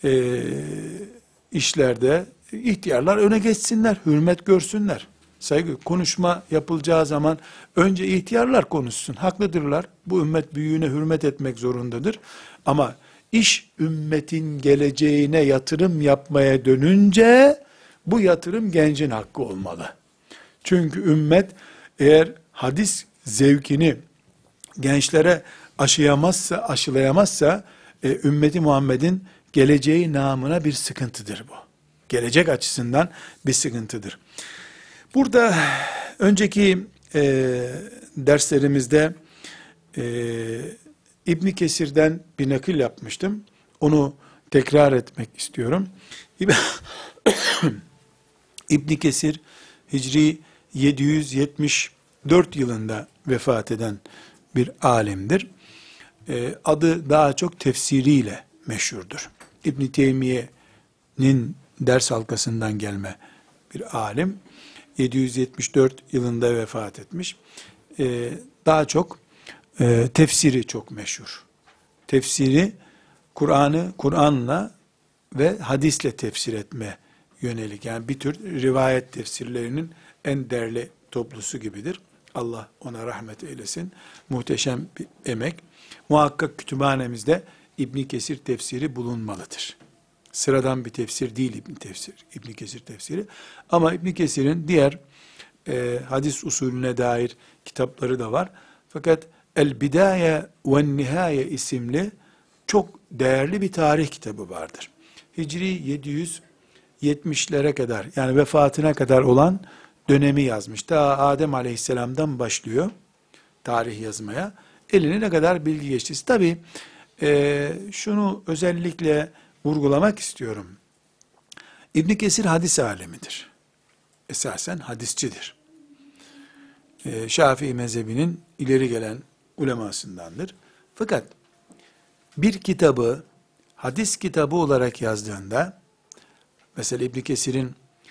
[SPEAKER 1] işlerde ihtiyarlar öne geçsinler, hürmet görsünler. Saygı, konuşma yapılacağı zaman önce ihtiyarlar konuşsun. Haklıdırlar. Bu ümmet büyüğüne hürmet etmek zorundadır. Ama iş ümmetin geleceğine yatırım yapmaya dönünce bu yatırım gencin hakkı olmalı. Çünkü ümmet eğer hadis zevkini gençlere aşılayamazsa ümmeti Muhammed'in geleceği namına bir sıkıntıdır bu. Gelecek açısından bir sıkıntıdır. Burada önceki derslerimizde İbn Kesir'den bir nakil yapmıştım. Onu tekrar etmek istiyorum. İbn Kesir Hicri 774 yılında vefat eden bir alimdir. Adı daha çok tefsiriyle meşhurdur. İbn Teymiye'nin ders halkasından gelme bir alim. 774 yılında vefat etmiş. Daha çok tefsiri çok meşhur. Tefsiri Kur'an'ı Kur'an'la ve hadisle tefsir etme yönelik. Yani bir tür rivayet tefsirlerinin en değerli toplusu gibidir. Allah ona rahmet eylesin. Muhteşem bir emek. Muhakkak kütüphanemizde İbn Kesir tefsiri bulunmalıdır. Sıradan bir tefsir değil İbn Kesir tefsiri. Ama İbn Kesir'in diğer hadis usulüne dair kitapları da var. Fakat El Bidaye ve Nihaye isimli çok değerli bir tarih kitabı vardır. Hicri 770'lere kadar, yani vefatına kadar olan dönemi yazmış. Daha Adem Aleyhisselam'dan başlıyor tarih yazmaya. Eline ne kadar bilgi geçtiyse. Tabii şunu özellikle vurgulamak istiyorum. İbn Kesir hadis alemidir. Esasen hadisçidir. Şafii mezhebinin ileri gelen ulemasındandır. Fakat bir kitabı hadis kitabı olarak yazdığında, mesela İbn Kesir'in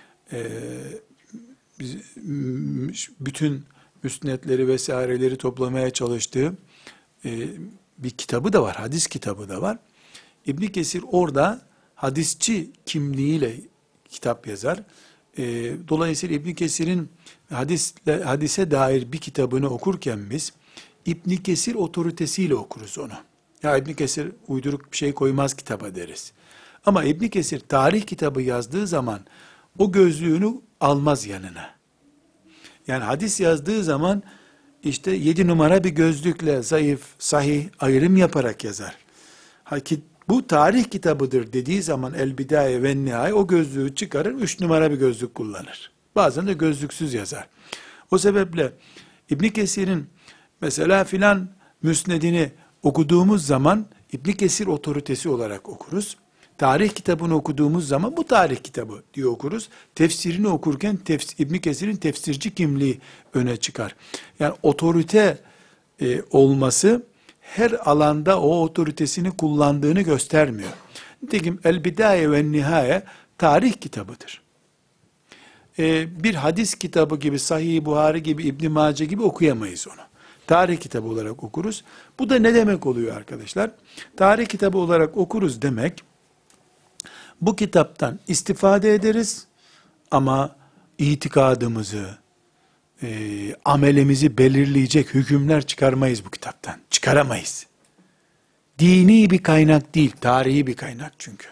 [SPEAKER 1] bütün müsnetleri vesaireleri toplamaya çalıştığı bir kitabı da var, hadis kitabı da var. İbn Kesir orada hadisçi kimliğiyle kitap yazar. Dolayısıyla İbn Kesir'in hadise dair bir kitabını okurken biz İbn Kesir otoritesiyle okuruz onu. Ya İbn Kesir uyduruk bir şey koymaz kitaba deriz. Ama İbn Kesir tarih kitabı yazdığı zaman o gözlüğünü almaz yanına. Yani hadis yazdığı zaman işte 7 numara bir gözlükle zayıf, sahih ayrım yaparak yazar. Bu tarih kitabıdır dediği zaman El Bidaye ve Nihaye o gözlüğü çıkarır, 3 numara bir gözlük kullanır. Bazen de gözlüksüz yazar. O sebeple İbn Kesir'in mesela filan müsnedini okuduğumuz zaman İbn Kesir otoritesi olarak okuruz. Tarih kitabını okuduğumuz zaman bu tarih kitabı diye okuruz. Tefsirini okurken İbn Kesir'in tefsirci kimliği öne çıkar. Yani otorite olması her alanda o otoritesini kullandığını göstermiyor. Nitekim El Bidaye ve Nihaye tarih kitabıdır. Bir hadis kitabı gibi, Sahih Buhari gibi, İbn Mace gibi okuyamayız onu. Tarih kitabı olarak okuruz. Bu da ne demek oluyor arkadaşlar? Tarih kitabı olarak okuruz demek, bu kitaptan istifade ederiz ama itikadımızı, amelimizi belirleyecek hükümler çıkarmayız bu kitaptan. Çıkaramayız. Dini bir kaynak değil, tarihi bir kaynak çünkü.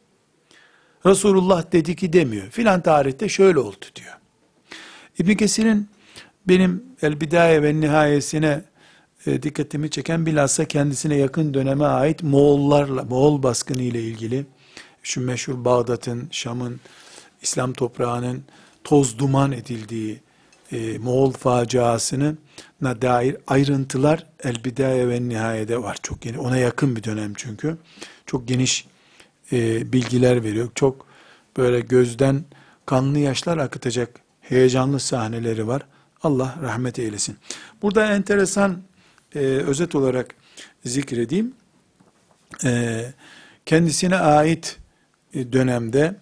[SPEAKER 1] Resulullah dedi ki demiyor. Filan tarihte şöyle oldu diyor. İbn Kesir'in benim El Bidaye ve Nihayesine dikkatimi çeken, bilhassa kendisine yakın döneme ait Moğol baskını ile ilgili, şu meşhur Bağdat'ın, Şam'ın, İslam toprağının toz duman edildiği Moğol faciasına dair ayrıntılar El Bidaye ve Nihaye'de var. Çok geniş, ona yakın bir dönem çünkü. Çok geniş bilgiler veriyor. Çok böyle gözden kanlı yaşlar akıtacak heyecanlı sahneleri var. Allah rahmet eylesin. Burada enteresan özet olarak zikredeyim. Kendisine ait dönemde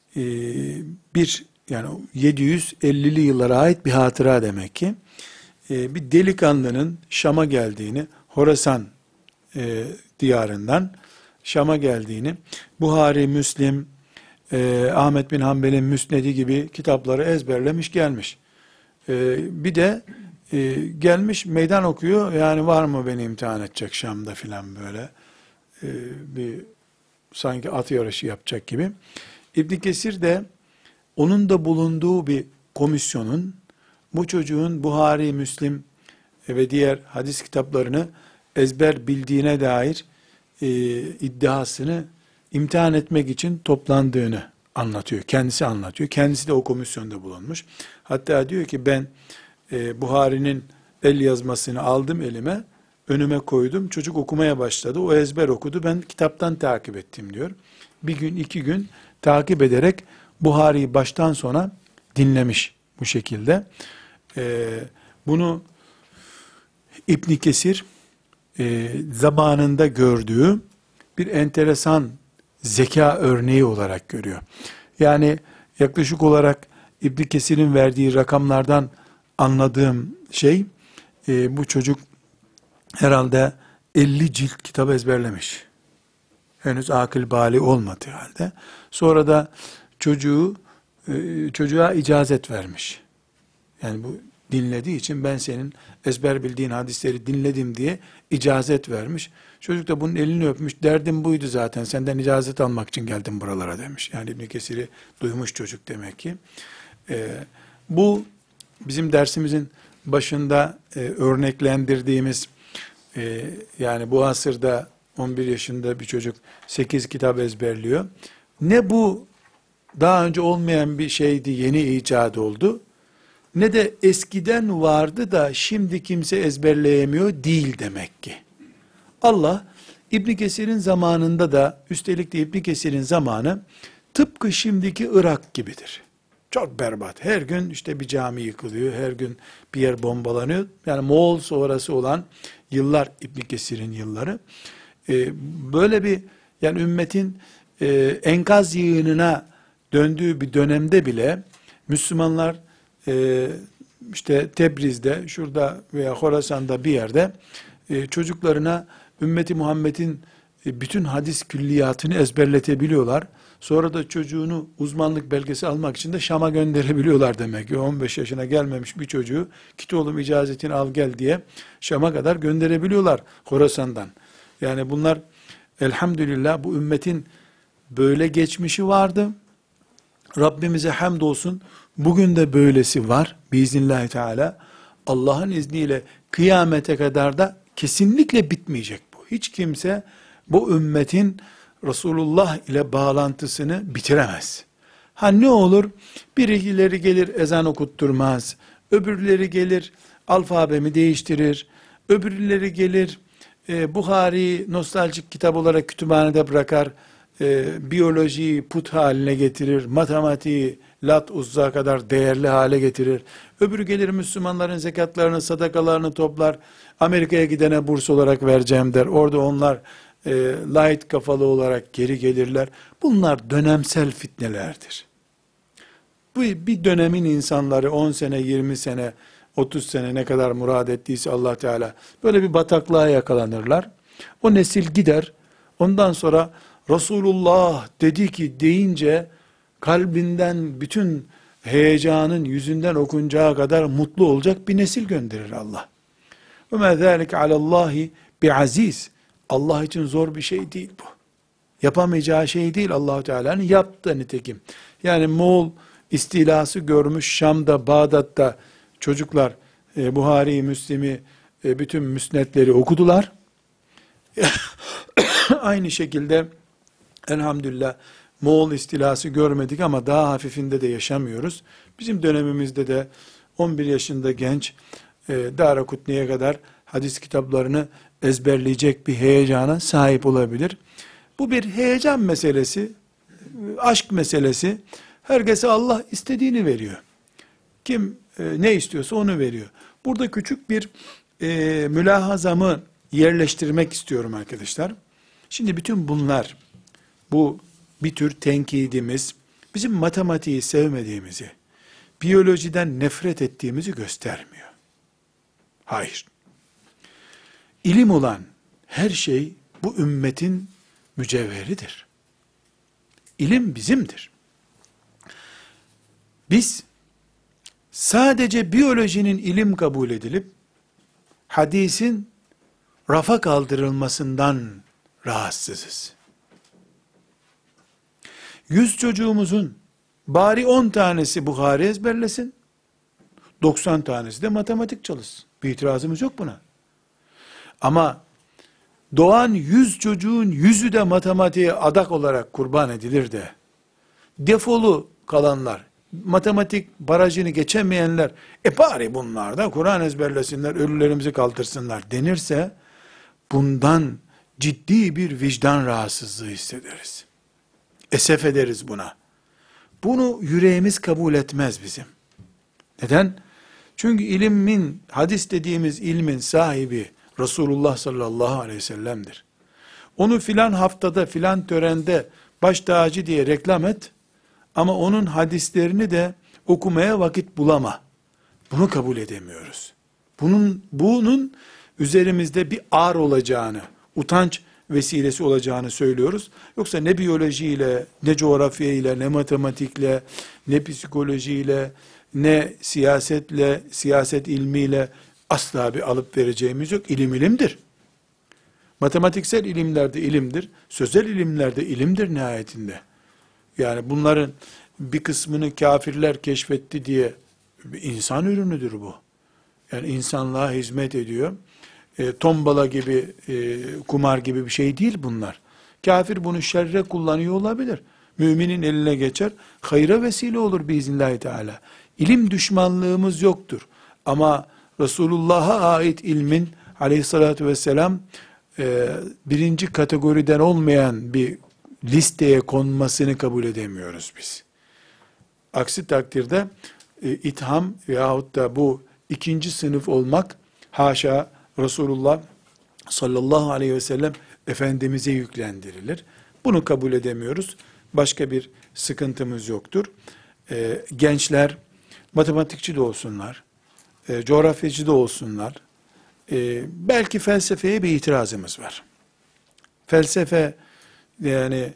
[SPEAKER 1] yani 750'li yıllara ait bir hatıra demek ki. Bir delikanlının Şam'a geldiğini, Horasan diyarından Şam'a geldiğini, Buhari, Müslim, Ahmet bin Hanbel'in Müsnedi gibi kitapları ezberlemiş gelmiş. Bir de gelmiş meydan okuyor, yani var mı beni imtihan edecek Şam'da filan böyle bir sanki at yarışı yapacak gibi. İbn Kesir de onun da bulunduğu bir komisyonun bu çocuğun Buhari, Müslim ve diğer hadis kitaplarını ezber bildiğine dair iddiasını imtihan etmek için toplandığını anlatıyor. Kendisi anlatıyor. Kendisi de o komisyonda bulunmuş. Hatta diyor ki ben Buhari'nin el yazmasını aldım elime, önüme koydum. Çocuk okumaya başladı. O ezber okudu. Ben kitaptan takip ettim diyor. Bir gün, 2 gün takip ederek Buhari'yi baştan sona dinlemiş bu şekilde. Bunu İbn Kesir zamanında gördüğü bir enteresan zeka örneği olarak görüyor. Yani yaklaşık olarak İbn Kesir'in verdiği rakamlardan anladığım şey, bu çocuk herhalde 50 cilt kitap ezberlemiş. Henüz akıl bali olmadığı halde. Sonra da çocuğa icazet vermiş. Yani bu dinlediği için ben senin ezber bildiğin hadisleri dinledim diye icazet vermiş. Çocuk da bunun elini öpmüş. Derdim buydu zaten. Senden icazet almak için geldim buralara demiş. Yani İbn Kesir'i duymuş çocuk demek ki. Bu bizim dersimizin başında örneklendirdiğimiz, yani bu asırda 11 yaşında bir çocuk 8 kitap ezberliyor. Ne bu daha önce olmayan bir şeydi, yeni icat oldu, ne de eskiden vardı da şimdi kimse ezberleyemiyor değil demek ki. Allah İbn Kesir'in zamanında da, üstelik de İbn Kesir'in zamanı tıpkı şimdiki Irak gibidir. Çok berbat. Her gün işte bir cami yıkılıyor, her gün bir yer bombalanıyor. Yani Moğol sonrası olan yıllar İbn Kesir'in yılları. Böyle bir, yani ümmetin enkaz yığınına döndüğü bir dönemde bile Müslümanlar işte Tebriz'de, şurada veya Horasan'da bir yerde çocuklarına ümmeti Muhammed'in bütün hadis külliyatını ezberletebiliyorlar. Sonra da çocuğunu uzmanlık belgesi almak için de Şam'a gönderebiliyorlar demek ki. 15 yaşına gelmemiş bir çocuğu git oğlum icazetini al gel diye Şam'a kadar gönderebiliyorlar Horasan'dan. Yani bunlar elhamdülillah, bu ümmetin böyle geçmişi vardı. Rabbimize hamdolsun bugün de böylesi var biiznillahü teala. Allah'ın izniyle kıyamete kadar da kesinlikle bitmeyecek bu. Hiç kimse bu ümmetin Resulullah ile bağlantısını bitiremez. Ha ne olur? Birileri gelir ezan okutturmaz. Öbürleri gelir alfabemi değiştirir. Öbürleri gelir Buhari nostaljik kitap olarak kütüphanede bırakar. Biyolojiyi put haline getirir. Matematiği Lat Uzza kadar değerli hale getirir. Öbürü gelir Müslümanların zekatlarını, sadakalarını toplar. Amerika'ya gidene burs olarak vereceğim der. Orada onlar light kafalı olarak geri gelirler. Bunlar dönemsel fitnelerdir. Bu bir dönemin insanları 10 sene, 20 sene, 30 sene ne kadar murad ettiyse Allah Teala böyle bir bataklığa yakalanırlar. O nesil gider. Ondan sonra Resulullah dedi ki deyince kalbinden bütün heyecanın yüzünden okunacağı kadar mutlu olacak bir nesil gönderir Allah. Ve mâ zâlike alallâhi bi'aziz. Allah için zor bir şey değil bu. Yapamayacağı şey değil Allah-u Teala'nın yaptığı nitekim. Yani Moğol istilası görmüş Şam'da, Bağdat'ta çocuklar Buhari, Müslim'i, bütün müsnetleri okudular. Aynı şekilde elhamdülillah Moğol istilası görmedik ama daha hafifinde de yaşamıyoruz. Bizim dönemimizde de 11 yaşında genç Daraqutni'ye kadar hadis kitaplarını ezberleyecek bir heyecana sahip olabilir. Bu bir heyecan meselesi, aşk meselesi. Herkese Allah istediğini veriyor. Kim ne istiyorsa onu veriyor. Burada küçük bir mülahazamı yerleştirmek istiyorum arkadaşlar. Şimdi bütün bunlar, bu bir tür tenkidimiz, bizim matematiği sevmediğimizi, biyolojiden nefret ettiğimizi göstermiyor. Hayır. İlim olan her şey bu ümmetin mücevheridir. İlim bizimdir. Biz sadece biyolojinin ilim kabul edilip hadisin rafa kaldırılmasından rahatsızız. 100 çocuğumuzun bari 10 tanesi Buhari ezberlesin, 90 tanesi de matematik çalışsın. Bir itirazımız yok buna. Ama doğan 100 çocuğun 100'ü de matematiğe adak olarak kurban edilir de, defolu kalanlar, matematik barajını geçemeyenler, bari bunlar da Kur'an ezberlesinler, ölülerimizi kaldırsınlar denirse, bundan ciddi bir vicdan rahatsızlığı hissederiz. Esef ederiz buna. Bunu yüreğimiz kabul etmez bizim. Neden? Çünkü ilmin, hadis dediğimiz ilmin sahibi Resulullah sallallahu aleyhi ve sellem'dir. Onu filan haftada, filan törende baş tacı diye reklam et, ama onun hadislerini de okumaya vakit bulama. Bunu kabul edemiyoruz. Bunun üzerimizde bir ağır olacağını, utanç vesilesi olacağını söylüyoruz. Yoksa ne biyolojiyle, ne coğrafyayla, ne matematikle, ne psikolojiyle, ne siyasetle, siyaset ilmiyle asla bir alıp vereceğimiz yok. İlim ilimdir. Matematiksel ilimlerde ilimdir, sözel ilimlerde ilimdir nihayetinde. Yani bunların bir kısmını kafirler keşfetti diye insan ürünüdür bu. Yani insanlığa hizmet ediyor. Tombala gibi, kumar gibi bir şey değil bunlar. Kafir bunu şerre kullanıyor olabilir. Müminin eline geçer, hayra vesile olur biiznillahü teala. İlim düşmanlığımız yoktur. Ama Resulullah'a ait ilmin aleyhissalatü vesselam birinci kategoriden olmayan bir listeye konmasını kabul edemiyoruz biz. Aksi takdirde itham veyahut da bu ikinci sınıf olmak haşa Resulullah sallallahu aleyhi ve sellem Efendimiz'e yüklendirilir. Bunu kabul edemiyoruz. Başka bir sıkıntımız yoktur. Gençler matematikçi de olsunlar, coğrafyacı da olsunlar, belki felsefeye bir itirazımız var. Felsefe yani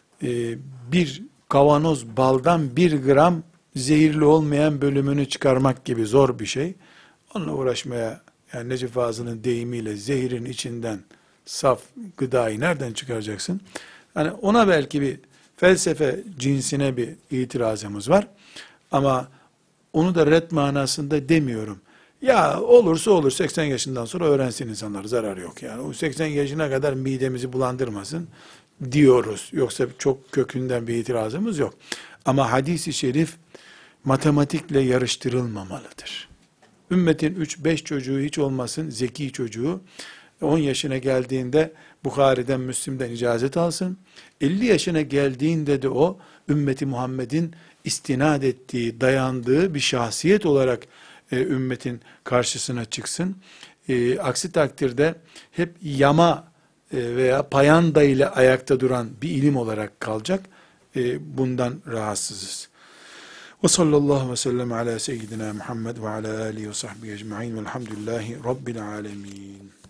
[SPEAKER 1] bir kavanoz baldan 1 gram zehirli olmayan bölümünü çıkarmak gibi zor bir şey. Onunla uğraşmaya, yani Necip Fazıl'ın deyimiyle zehirin içinden saf gıdayı nereden çıkaracaksın? Yani ona belki bir felsefe cinsine bir itirazımız var. Ama onu da ret manasında demiyorum. Ya olursa olur 80 yaşından sonra öğrensin insanlar, zarar yok yani. O 80 yaşına kadar midemizi bulandırmasın diyoruz. Yoksa çok kökünden bir itirazımız yok. Ama hadis-i şerif matematikle yarıştırılmamalıdır. Ümmetin 3-5 çocuğu hiç olmasın, zeki çocuğu 10 yaşına geldiğinde Bukhari'den, Müslim'den icazet alsın. 50 yaşına geldiğinde de o ümmeti Muhammed'in istinad ettiği, dayandığı bir şahsiyet olarak ümmetin karşısına çıksın. Aksi takdirde hep yama veya payanda ile ayakta duran bir ilim olarak kalacak. Bundan rahatsızız. Ve sallallahu ve sellem ala seyyidina Muhammed ve ala alihi ve sahbihi ecma'in velhamdülillahi rabbil alemin.